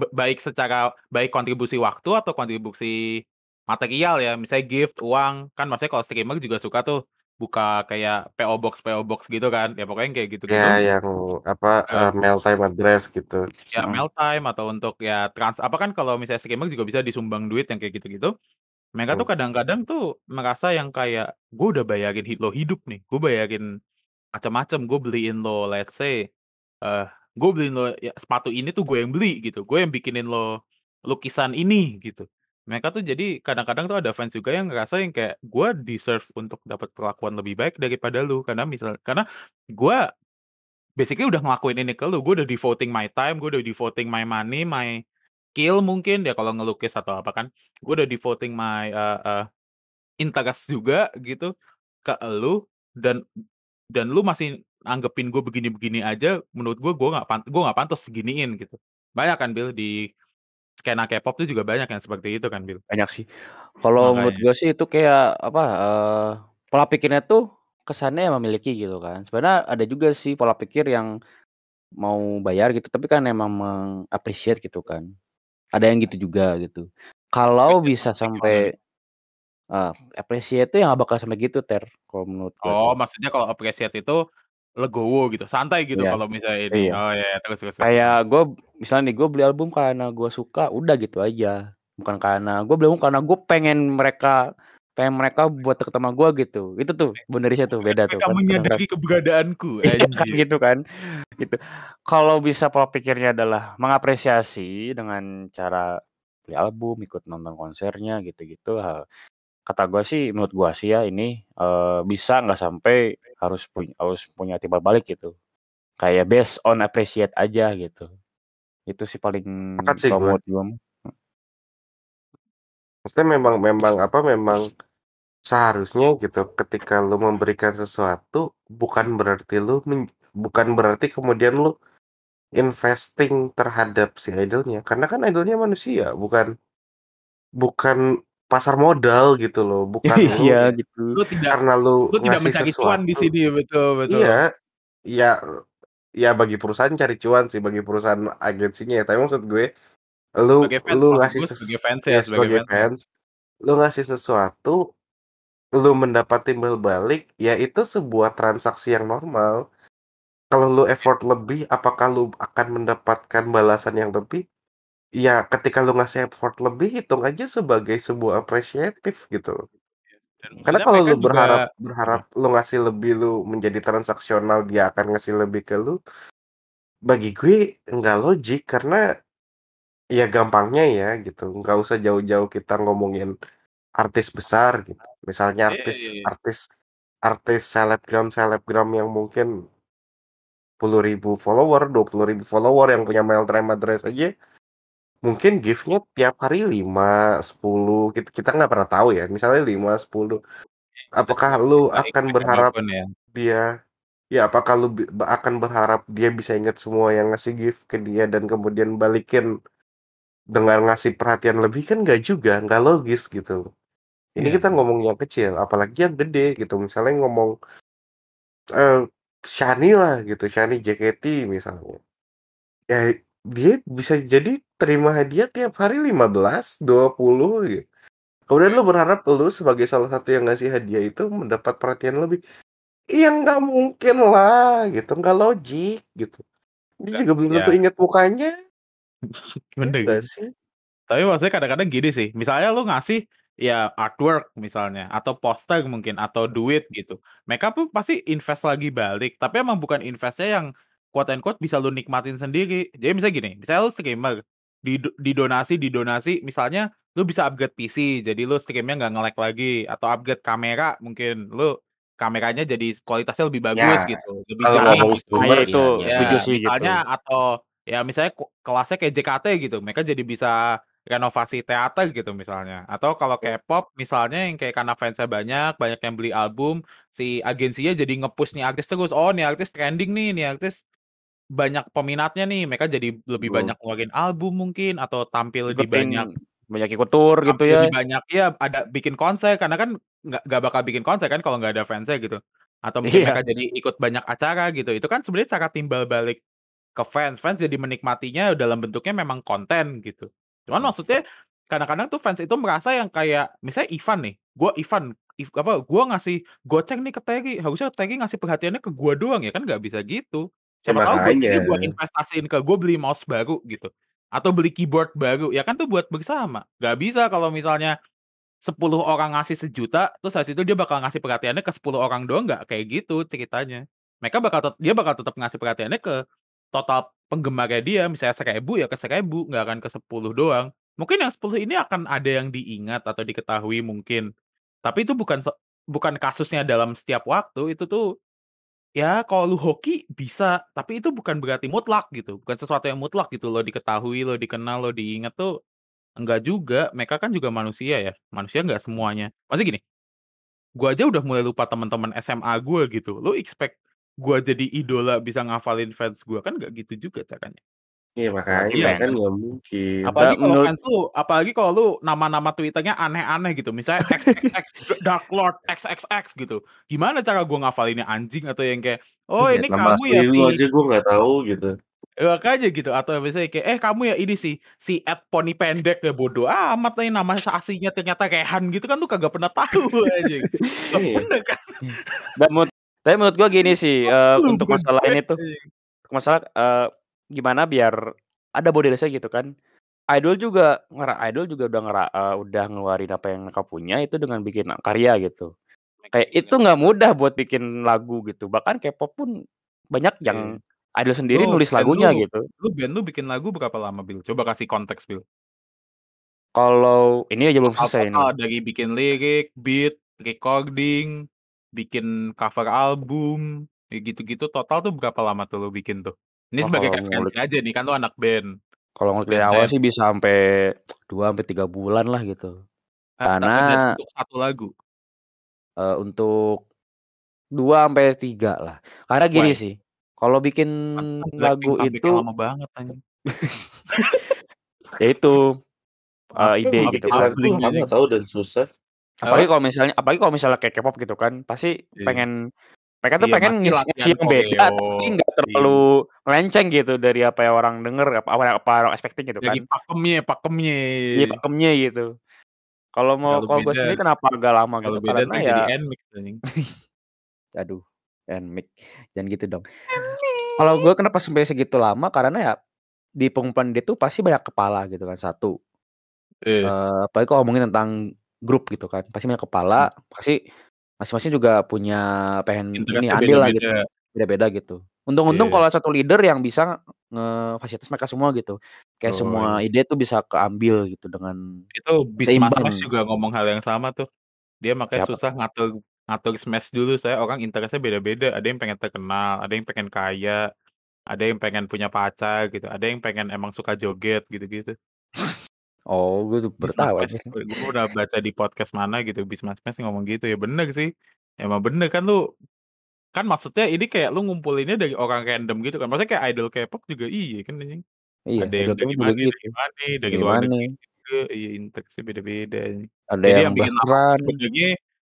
baik kontribusi waktu atau kontribusi material ya. Misalnya gift, uang, kan maksudnya kalau streamer juga suka tuh buka kayak PO Box gitu kan. Ya pokoknya kayak Ya, gitu-gitu. yang apa Eh, mail time address gitu. Ya mail time atau untuk ya apa kan kalau misalnya streamer juga bisa disumbang duit yang kayak gitu-gitu. Mereka tuh Hmm. kadang-kadang tuh merasa yang kayak gue udah bayarin lo hidup nih, gue bayarin macam-macam, gue beliin lo let's say eh gue beliin lo ya, sepatu ini tuh gue yang beli gitu, gue yang bikinin lo lukisan ini gitu. Mereka tuh jadi kadang-kadang tuh ada fans juga yang ngerasa yang kayak gue deserve untuk dapat perlakuan lebih baik daripada lu karena gue basically udah ngelakuin ini ke lu, gue udah devoting my time, gue udah devoting my money, my skill mungkin ya kalau ngelukis atau apa kan, gue udah devoting my interest juga gitu ke elu dan lu masih anggapin gue begini-begini aja, menurut gue nggak pantas seginiin gitu. Banyak kan Bill di skena K-pop tuh juga banyak yang seperti itu kan Bill. Banyak sih. Kalau menurut Makanya. gue sih itu kayak apa, pola pikirnya tuh kesannya memiliki gitu kan. Sebenarnya ada juga sih pola pikir yang mau bayar gitu, tapi kan emang meng-appreciate gitu kan. Ada yang gitu juga gitu. Kalau Appreciate bisa gimana nih? sampai appreciate tuh ya nggak bakal sampai gitu kalau menurut gue Oh, tuh. maksudnya kalau appreciate itu legowo gitu, santai gitu Iya, kalau misalnya ini. iya. Oh ya, terus. Kayak gue misalnya nih gue beli album karena gue suka, udah gitu aja. Bukan karena gue beli album karena gue pengen mereka buat deket sama gue gitu. Itu tuh benerisnya tuh beda tuh Mereka kan kadang-kadang. menyadari keberadaanku, Iya kan anjir. gitu kan. Gitu. Kalau bisa pola pikirnya adalah mengapresiasi dengan cara beli album, ikut nonton konsernya gitu-gitu. Kata gue sih, menurut gue sih ya ini bisa nggak sampai harus punya timbal balik gitu. Kayak based on appreciate aja gitu. Itu sih paling Sepakat sih kalau gue. menurut gue. Maksudnya memang seharusnya gitu ketika lu memberikan sesuatu bukan berarti kemudian lu investing terhadap si idolnya karena kan idolnya manusia bukan bukan pasar modal gitu loh bukan lu Iya gitu. Lu tidak karena lu lu tidak ngasih mencari cuan di sesuatu sini, betul. iya ya ya bagi perusahaan cari cuan sih bagi perusahaan agensinya ya tapi maksud gue lu Sebagai fans, lu maksud ngasih gue sebagai fans ya ya, sebagai sebagai fans ya. fans lu ngasih sesuatu lu mendapat timbal balik ya itu sebuah transaksi yang normal. Kalau lu effort lebih, apakah lu akan mendapatkan balasan yang lebih? Ya, ketika lu ngasih effort lebih, hitung aja sebagai sebuah apresiatif gitu. Dan Karena maksudnya kalau mereka lu juga berharap apa? lu ngasih lebih, lu menjadi transaksional, dia akan ngasih lebih ke lu. Bagi gue nggak logik karena ya gampangnya ya gitu. Nggak usah jauh-jauh kita ngomongin artis besar gitu. Misalnya Iya. artis artis selebgram yang mungkin 10.000 follower, 20.000 follower yang punya mail time address aja, mungkin gift-nya tiap hari 5, 10, kita nggak pernah tahu ya, misalnya 5, 10. Kita Apakah juga lu bisa akan expect berharap apapun ya. dia, ya apakah lu akan berharap dia bisa ingat semua yang ngasih gift ke dia dan kemudian balikin dengan ngasih perhatian lebih kan nggak juga, nggak logis gitu. Ini Iya kita sih. ngomong yang kecil, apalagi yang gede gitu. Misalnya ngomong Shani lah gitu, Shani JKT misalnya. Ya dia bisa jadi terima hadiah tiap hari 15, 20 gitu. Kemudian lu berharap lu sebagai salah satu yang ngasih hadiah itu mendapat perhatian lebih. Iya nggak mungkin lah gitu, nggak logik gitu. Dia Enggak, juga belum tentu ya ingat mukanya, ya bener nggak sih. sih? Tapi maksudnya kadang-kadang gini sih, misalnya lu ngasih ya artwork misalnya, atau poster mungkin, atau duit gitu. Mereka tuh pasti invest lagi balik, tapi emang bukan investnya yang quote and quote bisa lu nikmatin sendiri. Jadi misalnya gini, misalnya lu streamer, didonasi, misalnya lu bisa upgrade PC, jadi lu streamnya nggak nge-lag lagi, atau upgrade kamera, mungkin lu kameranya jadi kualitasnya lebih bagus Ya, gitu, lebih kalau jernih ngomong Nah, streamer, ya iya itu iya setuju iya. ya, sih gitu. misalnya atau ya misalnya kelasnya kayak JKT gitu, mereka jadi bisa renovasi teater gitu misalnya. Atau kalau K-pop misalnya yang kayak karena fansnya banyak yang beli album, si agensinya jadi nge-push nih artis terus. Oh, nih artis trending nih artis banyak peminatnya nih. Mereka jadi lebih Hmm. banyak ngeluarin album mungkin atau Ikutin banyak ikut tour gitu tampil ya. di banyak ya ada bikin konser karena kan nggak bakal bikin konser kan kalau nggak ada fansnya gitu. Atau mungkin mereka Iya. jadi ikut banyak acara gitu. Itu kan sebenarnya cara timbal balik ke fans. Fans jadi menikmatinya dalam bentuknya memang konten gitu. Cuman maksudnya kadang-kadang tuh fans itu merasa yang kayak misalnya Ivan nih, gua ngasih goceng nih ke Terry, harusnya Terry ngasih perhatiannya ke gua doang ya kan nggak bisa gitu. Ya Siapa tahu makanya. gocengnya buat investasiin ke gua beli mouse baru gitu. Atau beli keyboard baru, ya kan tuh buat bersama. Nggak bisa kalau misalnya 10 orang ngasih 1.000.000, terus habis itu dia bakal ngasih perhatiannya ke 10 orang doang, nggak kayak gitu ceritanya. Dia bakal tetap ngasih perhatiannya ke total penggemarnya dia, misalnya 1.000 ya ke 1.000, nggak akan ke 10 doang. Mungkin yang 10 ini akan ada yang diingat atau diketahui mungkin. Tapi itu bukan kasusnya dalam setiap waktu, itu tuh ya kalau lu hoki bisa, tapi itu bukan berarti mutlak gitu, bukan sesuatu yang mutlak gitu, lo diketahui, lo dikenal, lo diingat tuh enggak juga, mereka kan juga manusia ya, manusia nggak semuanya. Maksudnya gini, gua aja udah mulai lupa teman-teman SMA gua gitu, lu expect gua jadi idola bisa ngafalin fans gua, kan nggak gitu juga caranya. Iya Apalagi makanya Iya kan kan? nggak mungkin. menurut Apalagi kalau lu nama-nama Twitternya aneh-aneh gitu, misalnya XXX Dark Lord XXX gitu. Gimana cara gua ngafalinnya anjing atau yang kayak, "Oh Iya, ini nama kamu asli ya lu si." aja gue nggak tahu gitu. Makanya gitu atau misalnya kayak, "Kamu ya ini si Ed Poni Pendek." Ya bodo amat nih nama aslinya ternyata Rehan gitu kan lu kagak pernah tahu anjing. Loh Iya. bener kan? dan tapi menurut gua gini sih, Lu untuk bukan masalah gue ini tuh, anjing. masalah, gimana biar ada body list gitu kan. Idol juga udah ngeluarin apa yang mereka punya itu dengan bikin karya gitu. Kayak itu nggak mudah buat bikin lagu gitu, bahkan K-pop pun banyak Iya. yang idol sendiri nulis lagunya gitu. Band lu bikin lagu berapa lama, Bil? Coba kasih konteks, Bil. Kalau ini aja belum selesai Total nih. dari bikin lirik, beat, recording, bikin cover album, kayak gitu-gitu total tuh berapa lama tuh lu bikin tuh? Ini Wah sebagai referensi aja nih, kan lu anak band, kalau ngulik dari band awal rap. sih bisa sampai 2 sampai 3 bulan lah gitu. Dan Karena, untuk satu lagu. untuk 2 sampai 3 lah. Karena gini Wah, sih, kalau bikin pantesan Blackpink lagu comeback-nya itu lama banget anjing. ya itu, ide Emang gitu bikin kan. lagu Publing lama anjing. tau dan susah. Apa? Apalagi kalau misalnya kayak K-pop gitu kan, pasti Iya. mereka tuh Iya, pengen pasti ngasih latihan yang beda, koreo. tapi nggak Iya. terlalu melenceng gitu dari apa yang orang denger, apa orang expecting gitu Dari kan. pakemnya. Iya pakemnya gitu. Kalau gue sendiri kenapa agak lama Kalau gitu, beda karena tuh ya jadi NMIX anjing. aduh, Nmik, jangan gitu dong. Kalau gue kenapa sampai segitu lama, karena ya di pengumpulan dia tuh pasti banyak kepala gitu kan, satu. Apalagi kalau ngomongin tentang grup gitu kan, pasti banyak kepala, pasti masing-masing juga punya pengen ini Interest-nya andil lah gitu, beda-beda. beda-beda gitu. Untung-untung Iya. kalau satu leader yang bisa ngefasilitas mereka semua gitu, kayak Oh, semua iya. ide tuh bisa keambil gitu dengan Itu Bismas seimbang. juga ngomong hal yang sama tuh. Dia makanya Siapa susah ngatur ngatur smash dulu, saya orang interest-nya beda-beda. Ada yang pengen terkenal, ada yang pengen kaya, ada yang pengen punya pacar gitu, ada yang pengen emang suka joget gitu-gitu. Oh, gue tuh baru Bismas tahu Smash, aja. gue udah baca di podcast mana gitu, Bismas Smash ngomong gitu, ya bener sih. Emang bener kan lu, kan maksudnya ini kayak lu ngumpulinnya dari orang random gitu kan. Maksudnya kayak idol K-pop juga iya kan anjing. Iya, Ada yang Idol dari K-pop juga mana gitu. dari luar Dari mana? negeri. juga, iya intek-sih beda-beda ini. Ada Jadi yang yang bikin lama tuh blasteran. sebenarnya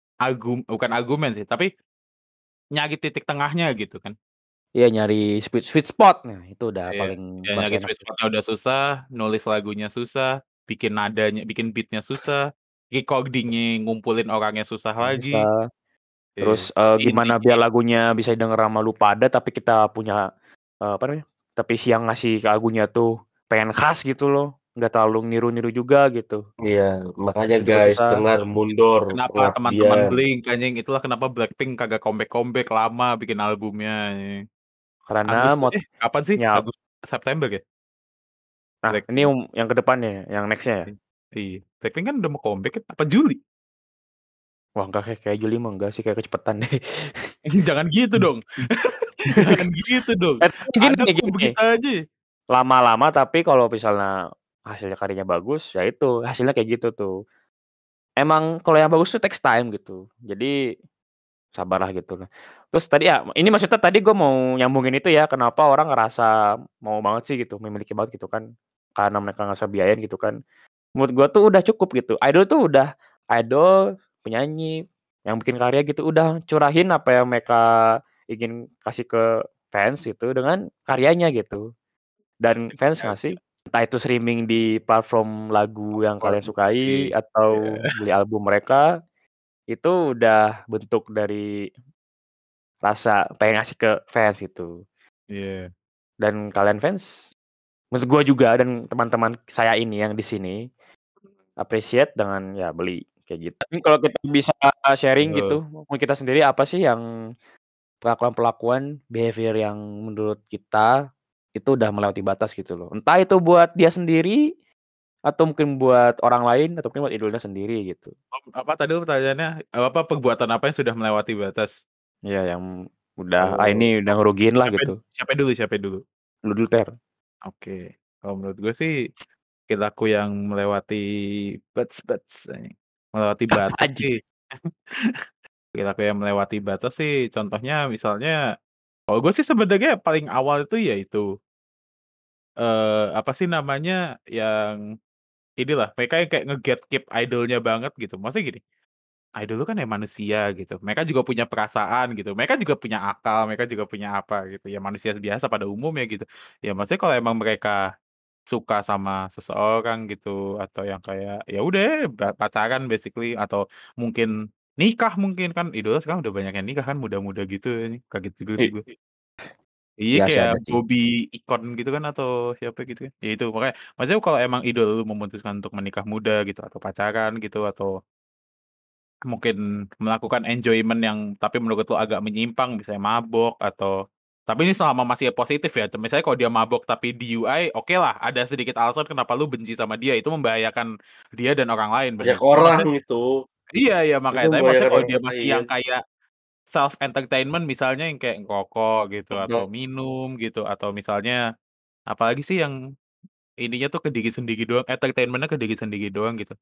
bukan argumen sih, tapi nyari titik tengahnya gitu kan. Iya nyari sweet spot, nah itu udah Iya, paling ya bahasa nyari enak sweet tuh. spot-nya udah susah, nulis lagunya susah, bikin nadanya, bikin beat-nya susah, recording-nya ngumpulin orangnya susah lagi. Bisa. Terus, Iya, gimana intinya biar lagunya bisa didengar sama lu pada tapi kita punya, apa namanya, tapi si yang ngasih lagunya tuh pengen khas gitu loh, nggak terlalu niru-niru juga gitu. Iya, makanya Itu juga guys, susah. dengar mundur, kenapa teman-teman pengabdian. Blink anjing, itulah kenapa Blackpink kagak comeback-comeback lama bikin albumnya anjing. Karena Kapan sih? modnya September ya? nah ini Blackpink. yang ke depannya, yang next-nya ya? Iya, Blackpink kan udah mau comeback kan, apa Juli? Wah enggak kayak Juli mah enggak sih, kayak kecepatan deh. Jangan gitu dong. Jangan gitu dong. Ada kok Gini. begitu aja. Lama-lama tapi kalau misalnya hasilnya karyanya bagus, ya itu hasilnya kayak gitu tuh. Emang kalau yang bagus tuh takes time gitu. Jadi sabarlah gitu lah. Terus tadi ya, ini maksudnya tadi gue mau nyambungin itu ya, kenapa orang ngerasa mau banget sih gitu, memiliki banget gitu kan, karena mereka nggak usah biayain gitu kan. Menurut gue tuh udah cukup gitu. Idol tuh udah idol, penyanyi, yang bikin karya gitu, udah curahin apa yang mereka ingin kasih ke fans gitu dengan karyanya gitu. Dan fans Ya, ngasih, entah itu streaming di platform lagu yang kalian sukai atau iya. beli album mereka, itu udah bentuk dari rasa pengen ngasih ke fans gitu. Iya. Dan kalian fans, menurut gua juga dan teman-teman saya ini yang di sini, appreciate dengan ya beli kayak gitu. Tapi kalau kita bisa sharing Betul. gitu, mungkin kita sendiri apa sih yang perlakuan-perlakuan, behavior yang menurut kita itu udah melewati batas gitu loh. Entah itu buat dia sendiri atau mungkin buat orang lain atau mungkin buat idolnya sendiri gitu. Apa tadi pertanyaannya? Apa perbuatan apa yang sudah melewati batas? Ya yang udah Oh, ini udah ngerugiin lah gitu. siapa dulu? Siapa dulu? Lu dulu Ter. Oke. Kalau menurut gue sih perilaku yang melewati melewati batas Anjing. sih. Perilaku yang melewati batas sih contohnya misalnya kalau gue sih sebenarnya paling awal itu yaitu apa sih namanya yang inilah mereka yang kayak nge-gatekeep idolnya banget gitu. Maksudnya gini, idol lu kan ya manusia gitu. Mereka juga punya perasaan gitu. Mereka juga punya akal, mereka juga punya apa gitu. Ya manusia biasa pada umumnya gitu. Ya maksudnya kalau emang mereka suka sama seseorang gitu atau yang kayak ya udah pacaran basically atau mungkin nikah mungkin kan idola sekarang udah banyak yang nikah kan muda-muda gitu ini kaget juga sih gue. Iya Iya sih kayak ada sih. Bobby Icon gitu kan atau siapa gitu kan. Ya itu makanya maksudnya kalau emang idol lu memutuskan untuk menikah muda gitu atau pacaran gitu atau mungkin melakukan enjoyment yang tapi menurut lo agak menyimpang, misalnya mabok atau tapi ini selama masih positif ya. Misalnya kalau dia mabok tapi DUI, oke lah, ada sedikit alasan kenapa lu benci sama dia. Itu membahayakan dia dan orang lain, Banyak bener. Cuma orang maksudnya, itu. iya, iya Itu makanya. Tapi maksudnya membahayakan kalau orang dia masih lain. yang kayak self entertainment, misalnya yang kayak ngerokok gitu atau Heeh. minum gitu atau misalnya apalagi sih yang ininya tuh ke diri sendiri doang, entertainmentnya ke diri sendiri doang gitu.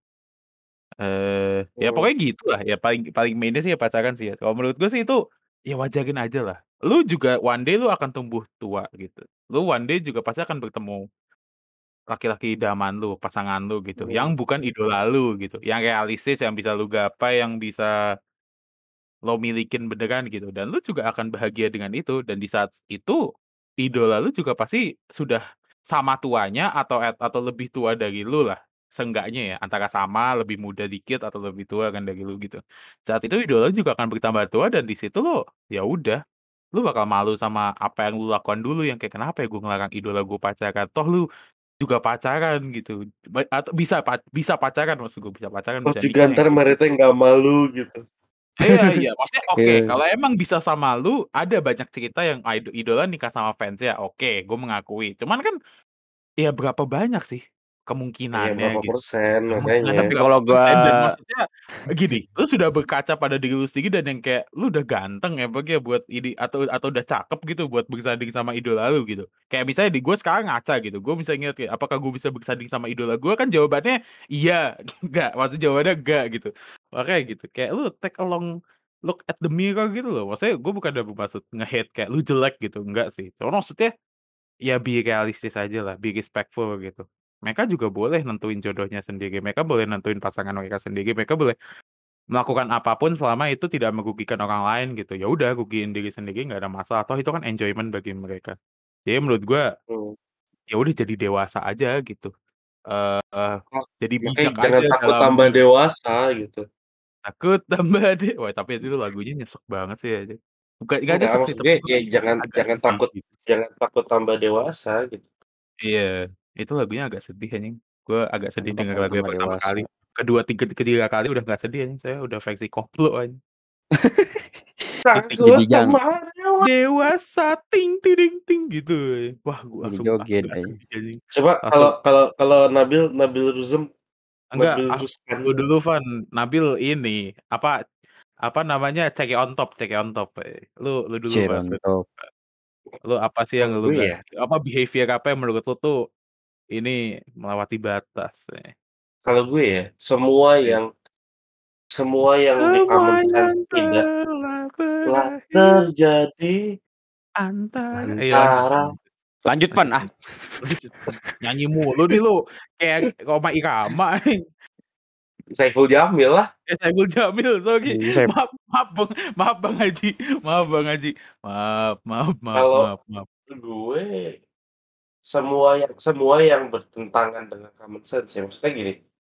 Ya Hmm. pokoknya gitulah, ya paling paling mainnya sih ya pacaran sih ya. Kalau menurut gue sih itu, ya wajarin aja lah. Lu juga one day lu akan tumbuh tua gitu. Lu one day juga pasti akan bertemu laki-laki idaman lu, pasangan lu gitu, yang Hmm. bukan idola lu gitu, yang realistis, yang bisa lu gapai, yang bisa lo milikin beneran gitu, dan lu juga akan bahagia dengan itu, dan di saat itu, idola lu juga pasti sudah sama tuanya atau lebih tua dari lu lah, seenggaknya ya, antara sama, lebih muda dikit, atau lebih tua kan dari lu gitu. Saat itu idola lu juga akan bertambah tua dan di situ lo, ya udah, lu bakal malu sama apa yang lu lakukan dulu yang kayak, "Kenapa ya gue ngelarang idola gue pacaran? Toh lu juga pacaran," gitu. Atau bisa pacaran maksud gue, bisa pacaran, Oh bisa juga nikah yang ntar kayak mereka gitu. nggak malu gitu. Iya, iya, maksudnya oke, Iya. kalau emang bisa sama lu, ada banyak cerita yang idola nikah sama fansnya, oke, gue mengakui. Cuman kan, ya berapa banyak sih Iya kemungkinannya berapa gitu. persen makanya. Kemungkinannya Tapi berapa kalau gua persen dan maksudnya gini, lu sudah berkaca pada diri lu sendiri dan yang kayak lu udah ganteng ya bagi ya buat ini atau udah cakep gitu buat bersanding sama idola lu gitu. Kayak misalnya di gue sekarang ngaca gitu, gue bisa ingat kayak apakah gue bisa bersanding sama idola gue kan jawabannya iya, enggak, maksudnya jawabannya enggak gitu. Makanya gitu, kayak lu take a long look at the mirror gitu loh. Maksudnya gue bukan ada bermaksud nge-hate kayak lu jelek gitu, enggak sih. Cuma maksudnya ya be realistis aja lah, be respectful gitu. mereka juga boleh nentuin jodohnya sendiri, mereka boleh nentuin pasangan mereka sendiri, mereka boleh melakukan apapun selama itu tidak merugikan orang lain gitu. Ya udah, rugiin diri sendiri nggak ada masalah. Toh itu kan enjoyment bagi mereka. Jadi menurut gue Hmm. ya udah jadi dewasa aja gitu. Jadi Makanya bijak jangan aja takut dalam tambah dewasa gitu. takut tambah deh. Wah, tapi itu lagunya nyesek banget sih aja. Bukan nggak Enggak, nyesek sih, maksud tapi gue itu ya agak sedih gitu. jangan takut tambah dewasa gitu. Iya, itu lagunya agak sedih anjing. Gue agak sedih Jangan dengar takut lagunya tambah pertama dewasa. kali. Ketiga kali udah nggak sedih anjing. Saya udah versi koplo anjing. Takut Jadi tambah dewasa ting ting ting gitu. Wah, gue jadi langsung joget agak aja. sedih anjing. Coba Langsung kalau Nabil Rusem, enggak Nabil Ruskan. lu dulu Van, Nabil ini apa namanya cek on top. Lu dulu Van. Cirontok. Lu apa sih yang Kalau lu gue gak ya, apa behavior apa yang menurut lu tuh ini melewati batas? kalau gue ya, semua yang di common Semua sense yang tidaklah telah berakhir terjadi lanjut. antara Lanjut Pan ah. Nyanyi mulu nih lu kayak Roma Irama. Saiful Jamil lah. Saiful Jamil, sorry. Iya, Maaf Bang Haji. Maaf. Kalau gue semua yang bertentangan dengan common sense ya, maksudnya gini,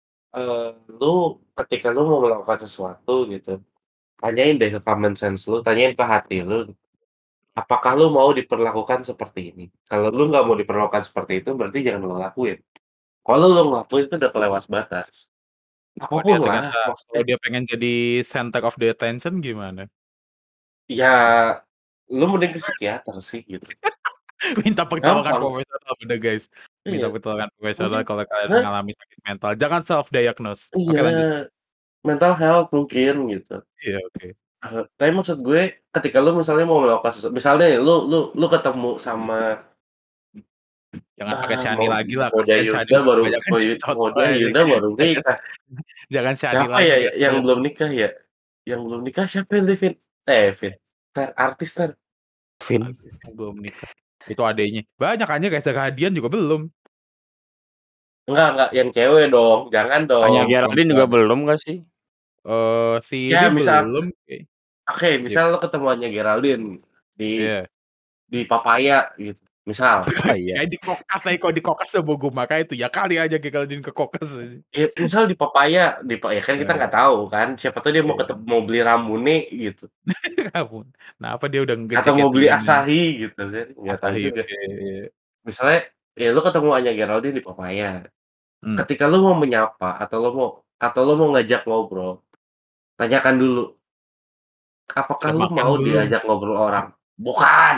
ketika lu mau melakukan sesuatu gitu, tanyain deh ke common sense lu, tanyain ke hati lu, apakah lu mau diperlakukan seperti ini? Kalau lu nggak mau diperlakukan seperti itu, berarti jangan lu lakuin. Kalau lu ngelakuin itu udah kelewat batas. Kalau dia Apapun lah, ternyata maksudnya. kalau dia pengen jadi center of the attention gimana? Ya, lu mending ke psikiater sih gitu. Minta pertolongan Gampang. profesional bener guys. Minta Iya. pertolongan profesional Mungkin kalau kalian Hah? mengalami sakit mental. Jangan self diagnose. Oke, Iya, lanjut. mental health mungkin gitu. Iya, oke. Tapi maksud gue ketika lu misalnya mau melakukan sesuatu, misalnya nih, lu ketemu sama Jangan pakai Shani lagi lah. Moda Kasihan Shani Yuda baru banyak kan jadi contoh Moda aja. Yuda baru nikah. Jangan Shani Siapa lagi. ya Kan. yang belum nikah ya? Yang belum nikah siapa yang Vin? Vin. Artis kan. Vin. Yang belum nikah. Itu adanya. Banyak aja kayak Hadian juga belum. Enggak, yang cewek dong. Jangan dong. Hanya Geraldine juga belum gak sih? Si ya, ini misal, belum. Oke, misal lo ketemu Anya Geraldine di Papaya gitu. Misal. Kayak di kokas aja, kalau di kokas sama gue makan itu ya kali aja Geraldine ke kokas. Ya, misal di Papaya, kan kita nggak tahu kan. Siapa tahu dia mau beli Ramune gitu. Nah, apa dia udah Atau mau beli Asahi gitu kan. Nggak tahu juga. Misalnya, ya lu ketemu Anya Geraldine di Papaya. Ketika lu mau menyapa atau lu mau ngajak ngobrol, tanyakan dulu. Apakah lu mau diajak ngobrol orang? Bukan.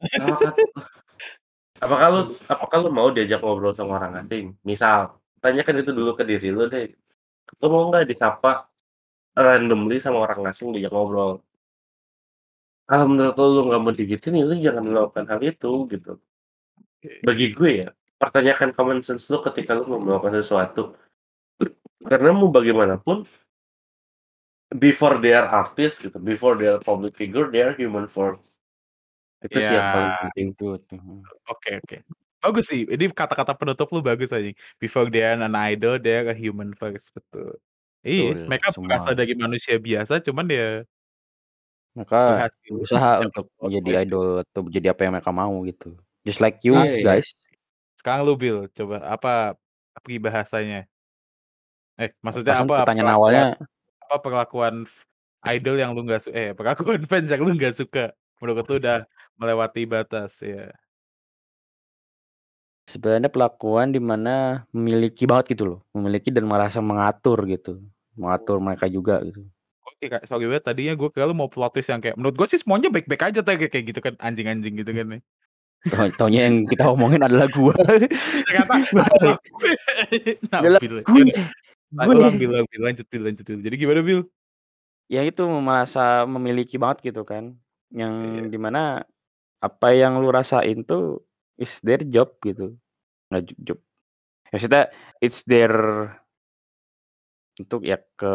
Apakah lu mau diajak ngobrol sama orang asing? Misal, tanyakan itu dulu ke diri lu deh. Lu mau nggak disapa randomly sama orang asing diajak ngobrol? Kalau menurut lu nggak mau digituin, lu jangan melakukan hal itu gitu. Bagi gue ya, pertanyakan common sense lu ketika lu mau melakukan sesuatu. Karena mau bagaimanapun, before they are artist gitu, before they are public figure, they are human first. Itu sih yang paling penting. Oke. Bagus sih. Ini kata-kata penutup lu bagus aja. Before they are an idol, they are a human first. Betul. Iya, mereka berasal dari manusia biasa, cuman dia mereka berusaha untuk menjadi idol atau menjadi apa yang mereka mau gitu. Just like you guys. Sekarang lu Bill, coba apa bahasanya? Maksudnya apa? Pertanyaan awalnya apa perlakuan idol yang lu nggak suka? Perlakuan fans yang lu nggak suka? Menurut lu udah melewati batas ya? Sebenarnya pelakuan di mana memiliki banget gitu loh, memiliki dan merasa mengatur gitu, mengatur mereka juga gitu. Oke kak, sorry banget tadinya gue kira lu mau plot twist yang kayak menurut gue sih semuanya baik-baik aja kayak gitu kan anjing-anjing gitu kan nih. Taunya yang kita omongin adalah gue. Ternyata lanjut Bill. Jadi gimana Bill? Ya itu merasa memiliki banget gitu kan, yang dimana apa yang lu rasain tuh is their job gitu, nggak job. Maksudnya it's their untuk ya ke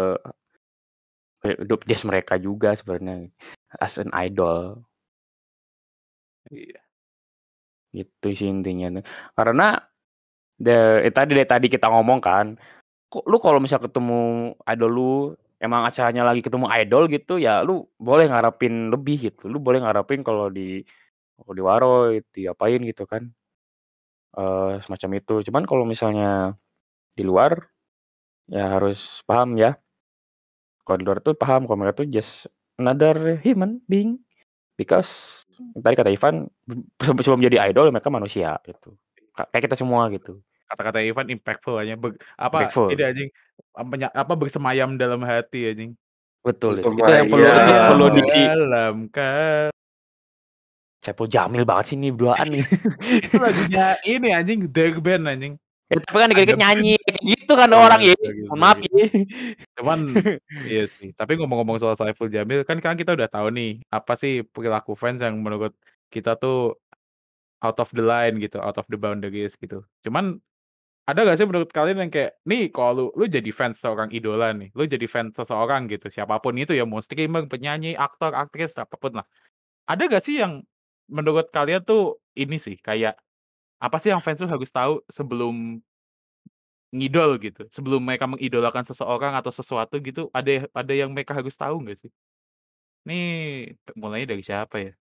hidup jazz mereka juga sebenarnya as an idol. Iya. Gitu sih intinya. Karena Dari tadi kita ngomong kan, kok lu kalau misal ketemu idol lu, emang acaranya lagi ketemu idol gitu, ya lu boleh ngarepin lebih gitu. Lu boleh ngarepin kalau di Waroy diapain gitu kan, semacam itu. Cuman kalau misalnya di luar, ya harus paham ya, kalau di luar tuh paham kalau mereka tuh just another human being, because tadi kata Ivan, sebelum jadi idol mereka manusia gitu, kayak kita semua gitu, Kata-kata Ivan impactful aja. Ini impactful. anjing bersemayam dalam hati anjing. Betul, itu yang perlu Lumayan. di Dalam Saipul Jamil banget sih nih berduaan nih. itu lagunya ini anjing, Dark Band anjing. Ya, tapi kan dikit-dikit Ada nyanyi kayak gitu kan Oh orang iya, ya. bagus, Mohon maaf bagus. ya. Cuman iya sih. Tapi ngomong-ngomong soal Saiful Jamil, kan kita udah tahu nih apa sih perilaku fans yang menurut kita tuh out of the line gitu, out of the boundaries gitu. Cuman ada gak sih menurut kalian yang kayak nih kalau lu jadi fans seorang idola nih, lu jadi fans seseorang gitu, siapapun itu ya, mau streamer, penyanyi, aktor, aktris, apapun lah. Ada gak sih yang menurut kalian tuh ini sih kayak apa sih yang fans tuh harus tahu sebelum ngidol gitu, sebelum mereka mengidolakan seseorang atau sesuatu gitu, ada yang mereka harus tahu nggak sih? Nih mulainya dari siapa ya?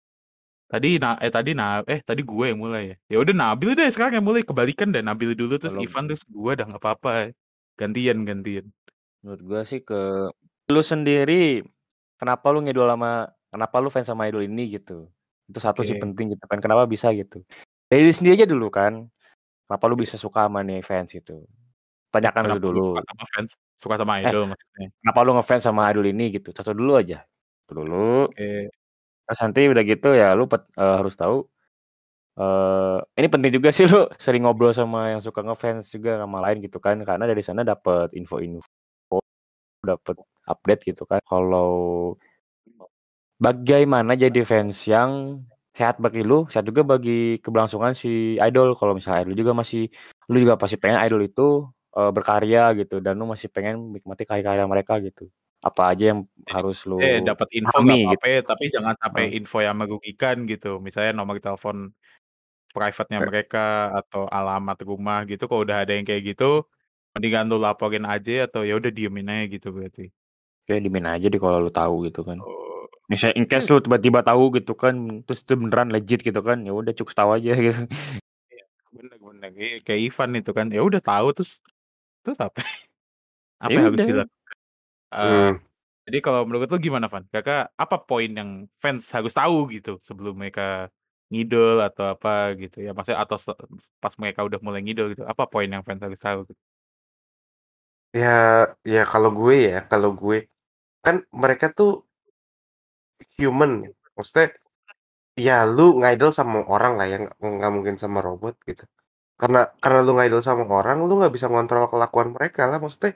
Tadi gue yang mulai ya. Ya udah Nabil deh sekarang yang mulai, kebalikan deh, Nabil dulu terus Kalau Ivan terus gue, dah nggak apa-apa. Gantian gantian. menurut gua sih ke lu sendiri, kenapa lu kenapa lu fans sama idol ini gitu. Itu satu sih Oke. penting gitu kan, kenapa bisa gitu. Dari diri sendiri aja dulu kan, kenapa lu bisa suka sama nih fans gitu. Tanyakan itu Kenapa lu dulu. suka sama fans? Suka sama Eh, idol maksudnya? kenapa lu ngefans sama idol ini gitu. Satu dulu aja. Itu dulu. Oke. Terus nanti udah gitu ya lu harus tahu ini penting juga sih lu sering ngobrol sama yang suka ngefans juga sama lain gitu kan, karena dari sana dapat info-info, dapat update gitu kan. Kalau bagaimana jadi fans yang sehat bagi lu, sehat juga bagi keberlangsungan si idol. Kalau misalnya idol juga lu juga pasti pengen idol itu berkarya gitu, dan lu masih pengen menikmati karya-karya mereka gitu. Apa aja yang harus lu Dapat info nggak pahami gitu. apa-apa, tapi jangan sampai Heeh. info yang merugikan gitu. Misalnya nomor telepon private-nya Kayak- mereka atau alamat rumah gitu, kalau udah ada yang kayak gitu, mendingan lu laporin aja atau ya udah diemin aja gitu berarti. Kayak dimin aja deh kalau lu tahu gitu kan. Oh. Misalnya in case lu tiba-tiba tahu gitu kan, terus itu beneran legit gitu kan, ya udah cukup tahu aja gitu. Iya, bener bener. Iya, kayak Ivan itu kan, ya udah tahu terus terus apa? Apa Ya yang harus udah. dilakukan? Eh, Hmm. jadi kalau menurut lu gimana, Van? Kakak, apa poin yang fans harus tahu gitu sebelum mereka ngidol atau apa gitu ya? Maksudnya atau pas mereka udah mulai ngidol gitu, apa poin yang fans harus tahu gitu? Ya, kalau gue kan mereka tuh human ya. Maksudnya ya lu ngidol sama orang lah ya, nggak mungkin sama robot gitu. Karena lu ngidol sama orang, lu nggak bisa ngontrol kelakuan mereka lah. Maksudnya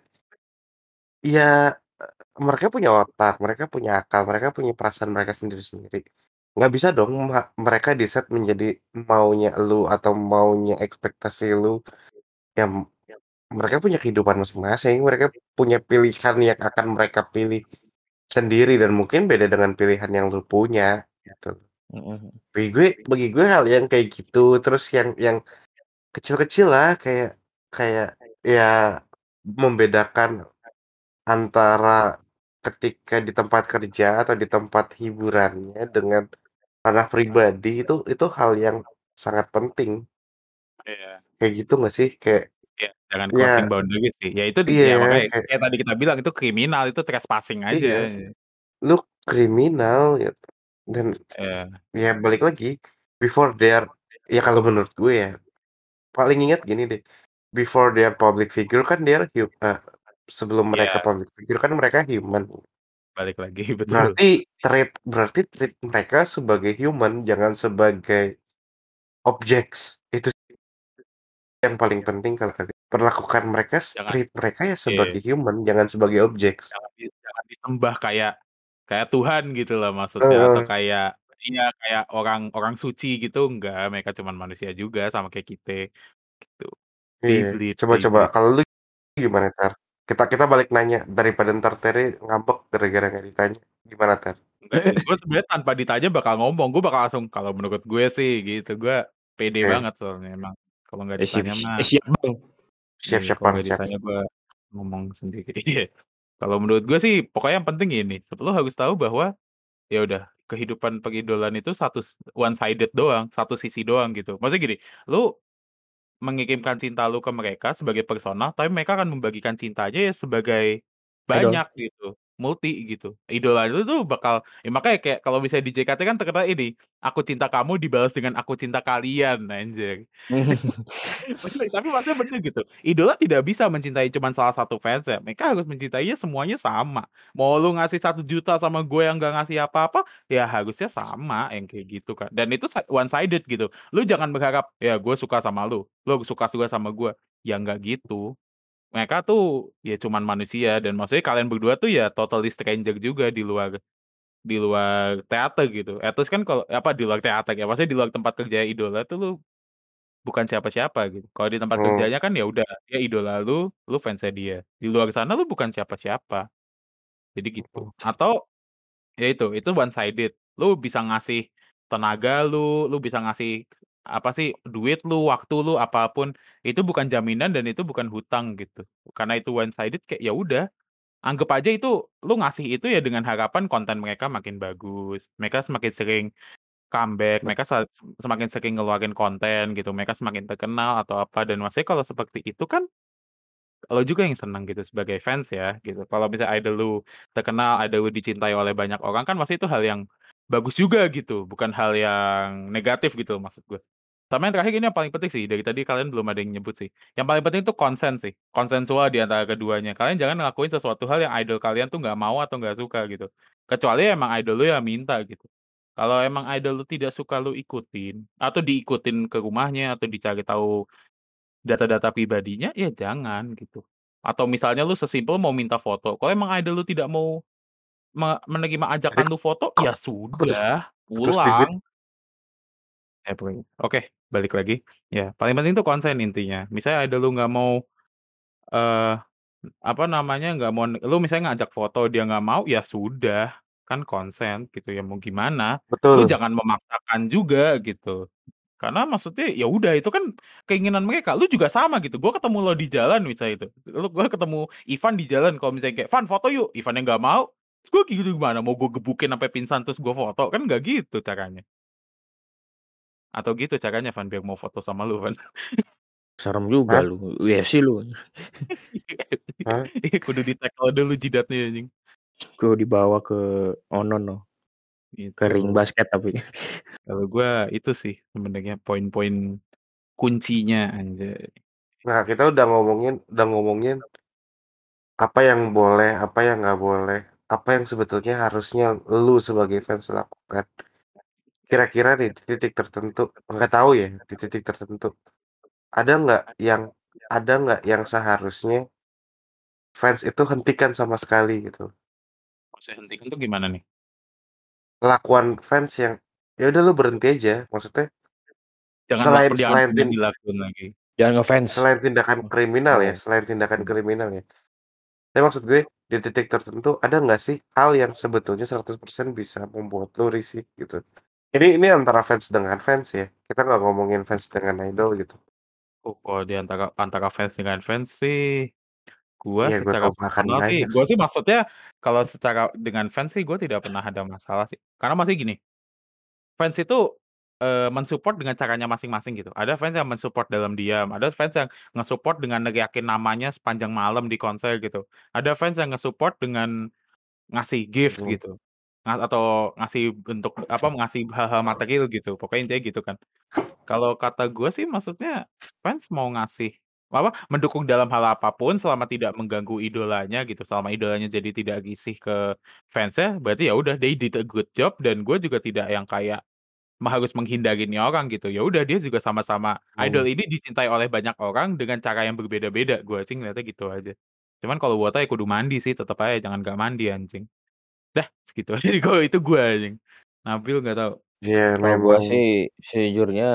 ya mereka punya otak, mereka punya akal, mereka punya perasaan mereka sendiri-sendiri. Nggak bisa dong mereka di-set menjadi maunya lu atau maunya ekspektasi lu. Ya mereka punya kehidupan masing-masing, mereka punya pilihan yang akan mereka pilih sendiri dan mungkin beda dengan pilihan yang lu punya gitu. Mm-mm. Bagi gue hal yang kayak gitu, terus yang kecil-kecil lah kayak kayak ya membedakan antara ketika di tempat kerja atau di tempat hiburannya dengan ranah pribadi itu hal yang sangat penting. Iya. Kayak gitu nggak sih? Kayak Ya, jangan ya crossing boundaries sih. Ya itu iya ya makanya kayak kayak tadi kita bilang itu kriminal, itu trespassing aja. iya lu kriminal ya dan Ya, ya balik lagi before they are ya kalau menurut gue ya paling ingat gini deh before they are public figure kan sebelum mereka ya public figure kan mereka human. balik lagi betul. Berarti treat mereka sebagai human, jangan sebagai objeks. Itu yang paling penting kalau tadi. Perlakukan mereka, Jangan treat mereka ya ya, sebagai human, jangan sebagai objeks. jangan disembah kayak kayak Tuhan gitu lah maksudnya, atau Heeh, kayak iya kayak orang orang suci gitu, enggak, mereka cuman manusia juga sama kayak kita gitu. iya. Beyblade, Coba-coba Beyblade. kalau lu gimana Tar? Kita balik nanya daripada ntar Terry ngambek gara-gara nggak ditanya. Gimana Tar? Enggak sih, gue sebenarnya tanpa ditanya bakal ngomong, gue bakal langsung kalau menurut gue sih gitu, gue pede Oke. banget soalnya emang. Kalau nggak Siap ditanya mah siap, Bang. Siap-siap kalau Bang, nggak siap. ditanya gue ngomong sendiri. Iya. Kalau menurut gue sih pokoknya yang penting ini, lu harus tahu bahwa ya udah kehidupan pengidolan itu one sided doang, satu sisi doang gitu. Maksudnya gini, lu mengirimkan cinta lu ke mereka sebagai personal, tapi mereka akan membagikan cintanya ya sebagai Idol. banyak gitu, multi gitu. Idola itu tuh bakal ya makanya kayak kalau misalnya di JKT kan terkenal ini, aku cinta kamu dibalas dengan aku cinta kalian, anjir. Bener, tapi maksudnya bener gitu. Idola tidak bisa mencintai cuma salah satu fans ya. Mereka harus mencintainya semuanya sama. Mau lu ngasih 1 juta sama gue yang gak ngasih apa-apa, ya harusnya sama yang kayak gitu kan. Dan itu one sided gitu. Lu jangan berharap ya gue suka sama lu suka juga sama gue. Ya nggak gitu. Mereka tuh ya cuman manusia dan maksudnya kalian berdua tuh ya totally stranger juga di luar teater gitu. Terus kan kalau apa di luar teater ya, maksudnya di luar tempat kerja idola tuh lu bukan siapa-siapa gitu. Kalau di tempat Hmm. kerjanya kan ya udah dia idola lu fansnya dia. Di luar sana lu bukan siapa-siapa. Jadi gitu. Atau ya itu one sided. Lu bisa ngasih tenaga lu bisa ngasih apa sih duit lu, waktu lu, apapun itu bukan jaminan dan itu bukan hutang gitu. Karena itu one sided kayak ya udah, anggap aja itu lu ngasih itu ya dengan harapan konten mereka makin bagus. Mereka semakin sering comeback, mereka semakin sering ngeluarin konten gitu, mereka semakin terkenal atau apa dan maksudnya kalau seperti itu kan lo juga yang senang gitu sebagai fans ya gitu. Kalau misalnya idol lu terkenal, idol lu dicintai oleh banyak orang kan pasti itu hal yang bagus juga gitu, bukan hal yang negatif gitu maksud gue. Sama yang terakhir ini yang paling penting sih, dari tadi kalian belum ada yang nyebut sih. Yang paling penting itu konsen sih, konsensual di antara keduanya. Kalian jangan ngelakuin sesuatu hal yang idol kalian tuh nggak mau atau nggak suka gitu. Kecuali emang idol lu yang minta gitu. Kalau emang idol lu tidak suka lu ikutin, atau diikutin ke rumahnya, atau dicari tahu data-data pribadinya, ya jangan gitu. Atau misalnya lu sesimpel mau minta foto, kalau emang idol lu tidak mau menerima Tadi ajakan lu foto, kok ya putus sudah, putus dikit? pulang. Oke, balik lagi. Ya, paling penting tuh konsen intinya. Misalnya idol lu nggak mau eh apa namanya nggak mau lu misalnya ngajak foto dia nggak mau ya sudah kan konsen gitu ya mau gimana lu Betul. jangan memaksakan juga gitu karena maksudnya ya udah itu kan keinginan mereka lu juga sama gitu gua ketemu lo di jalan misalnya itu gua ketemu Ivan di jalan kalau misalnya kayak Van foto yuk Ivan yang nggak mau terus gua gitu gimana mau gua gebukin sampai pingsan terus gua foto kan nggak gitu caranya atau gitu caranya Van biar mau foto sama lu Van. Serem juga Hah? lu. UFC lu. Hah? Kudu di tackle dulu jidatnya anjing Gue dibawa ke Onon no. Ke ring itu. basket tapi. Kalau gue itu sih sebenarnya poin-poin kuncinya anjay. Nah, kita udah ngomongin apa yang boleh, apa yang nggak boleh, apa yang sebetulnya harusnya lu sebagai fans lakukan. Kira-kira nih di titik tertentu, nggak tahu ya, di titik tertentu, ada nggak yang seharusnya fans itu hentikan sama sekali gitu. Saya hentikan tuh gimana nih? Kelakuan fans yang ya udah lu berhenti aja. Maksudnya Jangan selain jangan selain pernah tin, dilakuin lagi. Jangan ngefans. selain tindakan kriminal ya, Oh. selain tindakan kriminal ya. Tapi maksud gue di titik tertentu ada nggak sih hal yang sebetulnya 100% bisa membuat lu risih gitu. Ini antara fans dengan fans ya. Kita nggak ngomongin fans dengan idol gitu. Oh, kalau di antara fans dengan fans sih, gua Iya, gue secara tau bahkan personal sih, banyak gua sih. sih maksudnya kalau secara dengan fans sih gua tidak pernah ada masalah sih. Karena masih gini, fans itu mensupport dengan caranya masing-masing gitu. Ada fans yang mensupport dalam diam, ada fans yang nge-support dengan neriakin namanya sepanjang malam di konser gitu. Ada fans yang nge-support dengan ngasih gift Hmm. gitu. Atau ngasih bentuk apa, ngasih hal-hal material gitu, pokoknya intinya gitu kan. Kalau kata gue sih maksudnya fans mau ngasih apa, mendukung dalam hal apapun selama tidak mengganggu idolanya gitu, selama idolanya jadi tidak risih ke fansnya, berarti ya udah they did a good job dan gue juga tidak yang kayak harus menghindari nih orang gitu. Ya udah dia juga sama-sama idol Hmm. ini dicintai oleh banyak orang dengan cara yang berbeda-beda, gue sih ngeliatnya gitu aja. Cuman kalau buat ya kudu mandi sih, tetep aja jangan nggak mandi anjing. Dah, segitu aja kalau itu gue anjing. Nabil nggak tahu. Ya Kalau gua memang. sih sejujurnya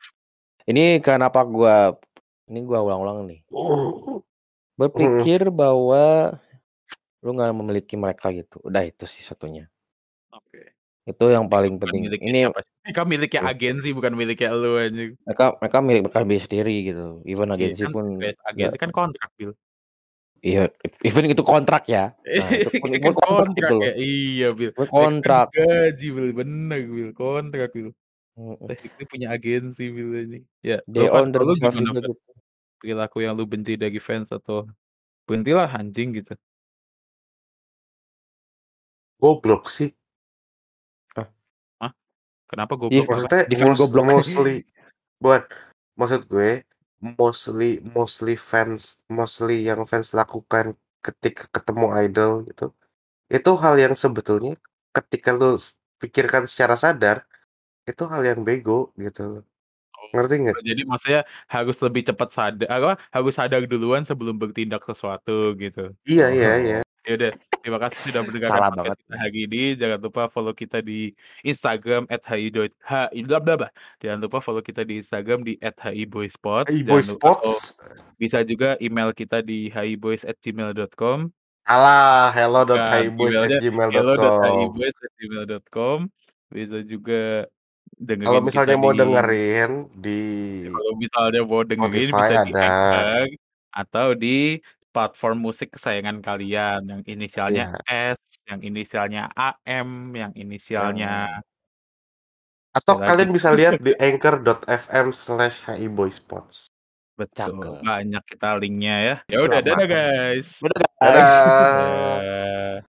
ini kenapa gua ulang-ulang nih. Hmm. Berpikir bahwa lu nggak memiliki mereka gitu. Udah itu sih satunya. Oke. Itu yang paling Bukan penting. miliknya Ini siapa sih? Mereka miliknya Iya. agensi bukan miliknya lu anjing. mereka milik BKB sendiri gitu. Even Iya agensi kan, pun agensi nggak. kan kontrak, Bil. Iya, even itu kontrak ya. Nah, itu pun Kan kontrak gitu kontrak loh. ya, iya, Bil. Itu Mereka kan kontrak. digaji, Bil, bener, Bil, kontrak, Bil. Mm. Tekniknya punya agensi, Bil, anjing. Ya, lu They Van, own kalau lu themselves gimana, gitu Van? gitu. Perilaku yang lu benci dari fans atau berhentilah anjing gitu. Goblok sih. Hah? Kenapa Iya, goblok? Apa? Maksudnya defend goblok. mostly buat maksud gue mostly yang fans lakukan ketika ketemu idol gitu. Itu hal yang sebetulnya ketika lu pikirkan secara sadar itu hal yang bego gitu. Ngerti nggak? Jadi maksudnya harus lebih cepat sadar, apa? Harus sadar duluan sebelum bertindak sesuatu gitu. Iya Oh, iya iya. ya udah. Terima kasih sudah mendengarkan Salah podcast banget. kita hari ini. Jangan lupa follow kita di Instagram @hi.hi. Jangan lupa follow kita di Instagram di @hiboyspot. Hey boy Jangan lupa spots. bisa juga email kita di hiboys@gmail.com. Alah, Emailnya hello.hiboys@gmail.com. hello.hiboys@gmail.com. Bisa juga Kalau dengerin kita misalnya di mau dengerin di kalau misalnya mau dengerin Spotify bisa di ada. Anchor atau di platform musik kesayangan kalian yang inisialnya Iya. S, yang inisialnya AM, yang inisialnya Atau apa lagi. kalian bisa lihat di anchor.fm/hiboyspots. Betul, Cakep. banyak kita linknya ya. Ya Itu udah, dadah aman. guys. Udah guys. Dadah. Dadah.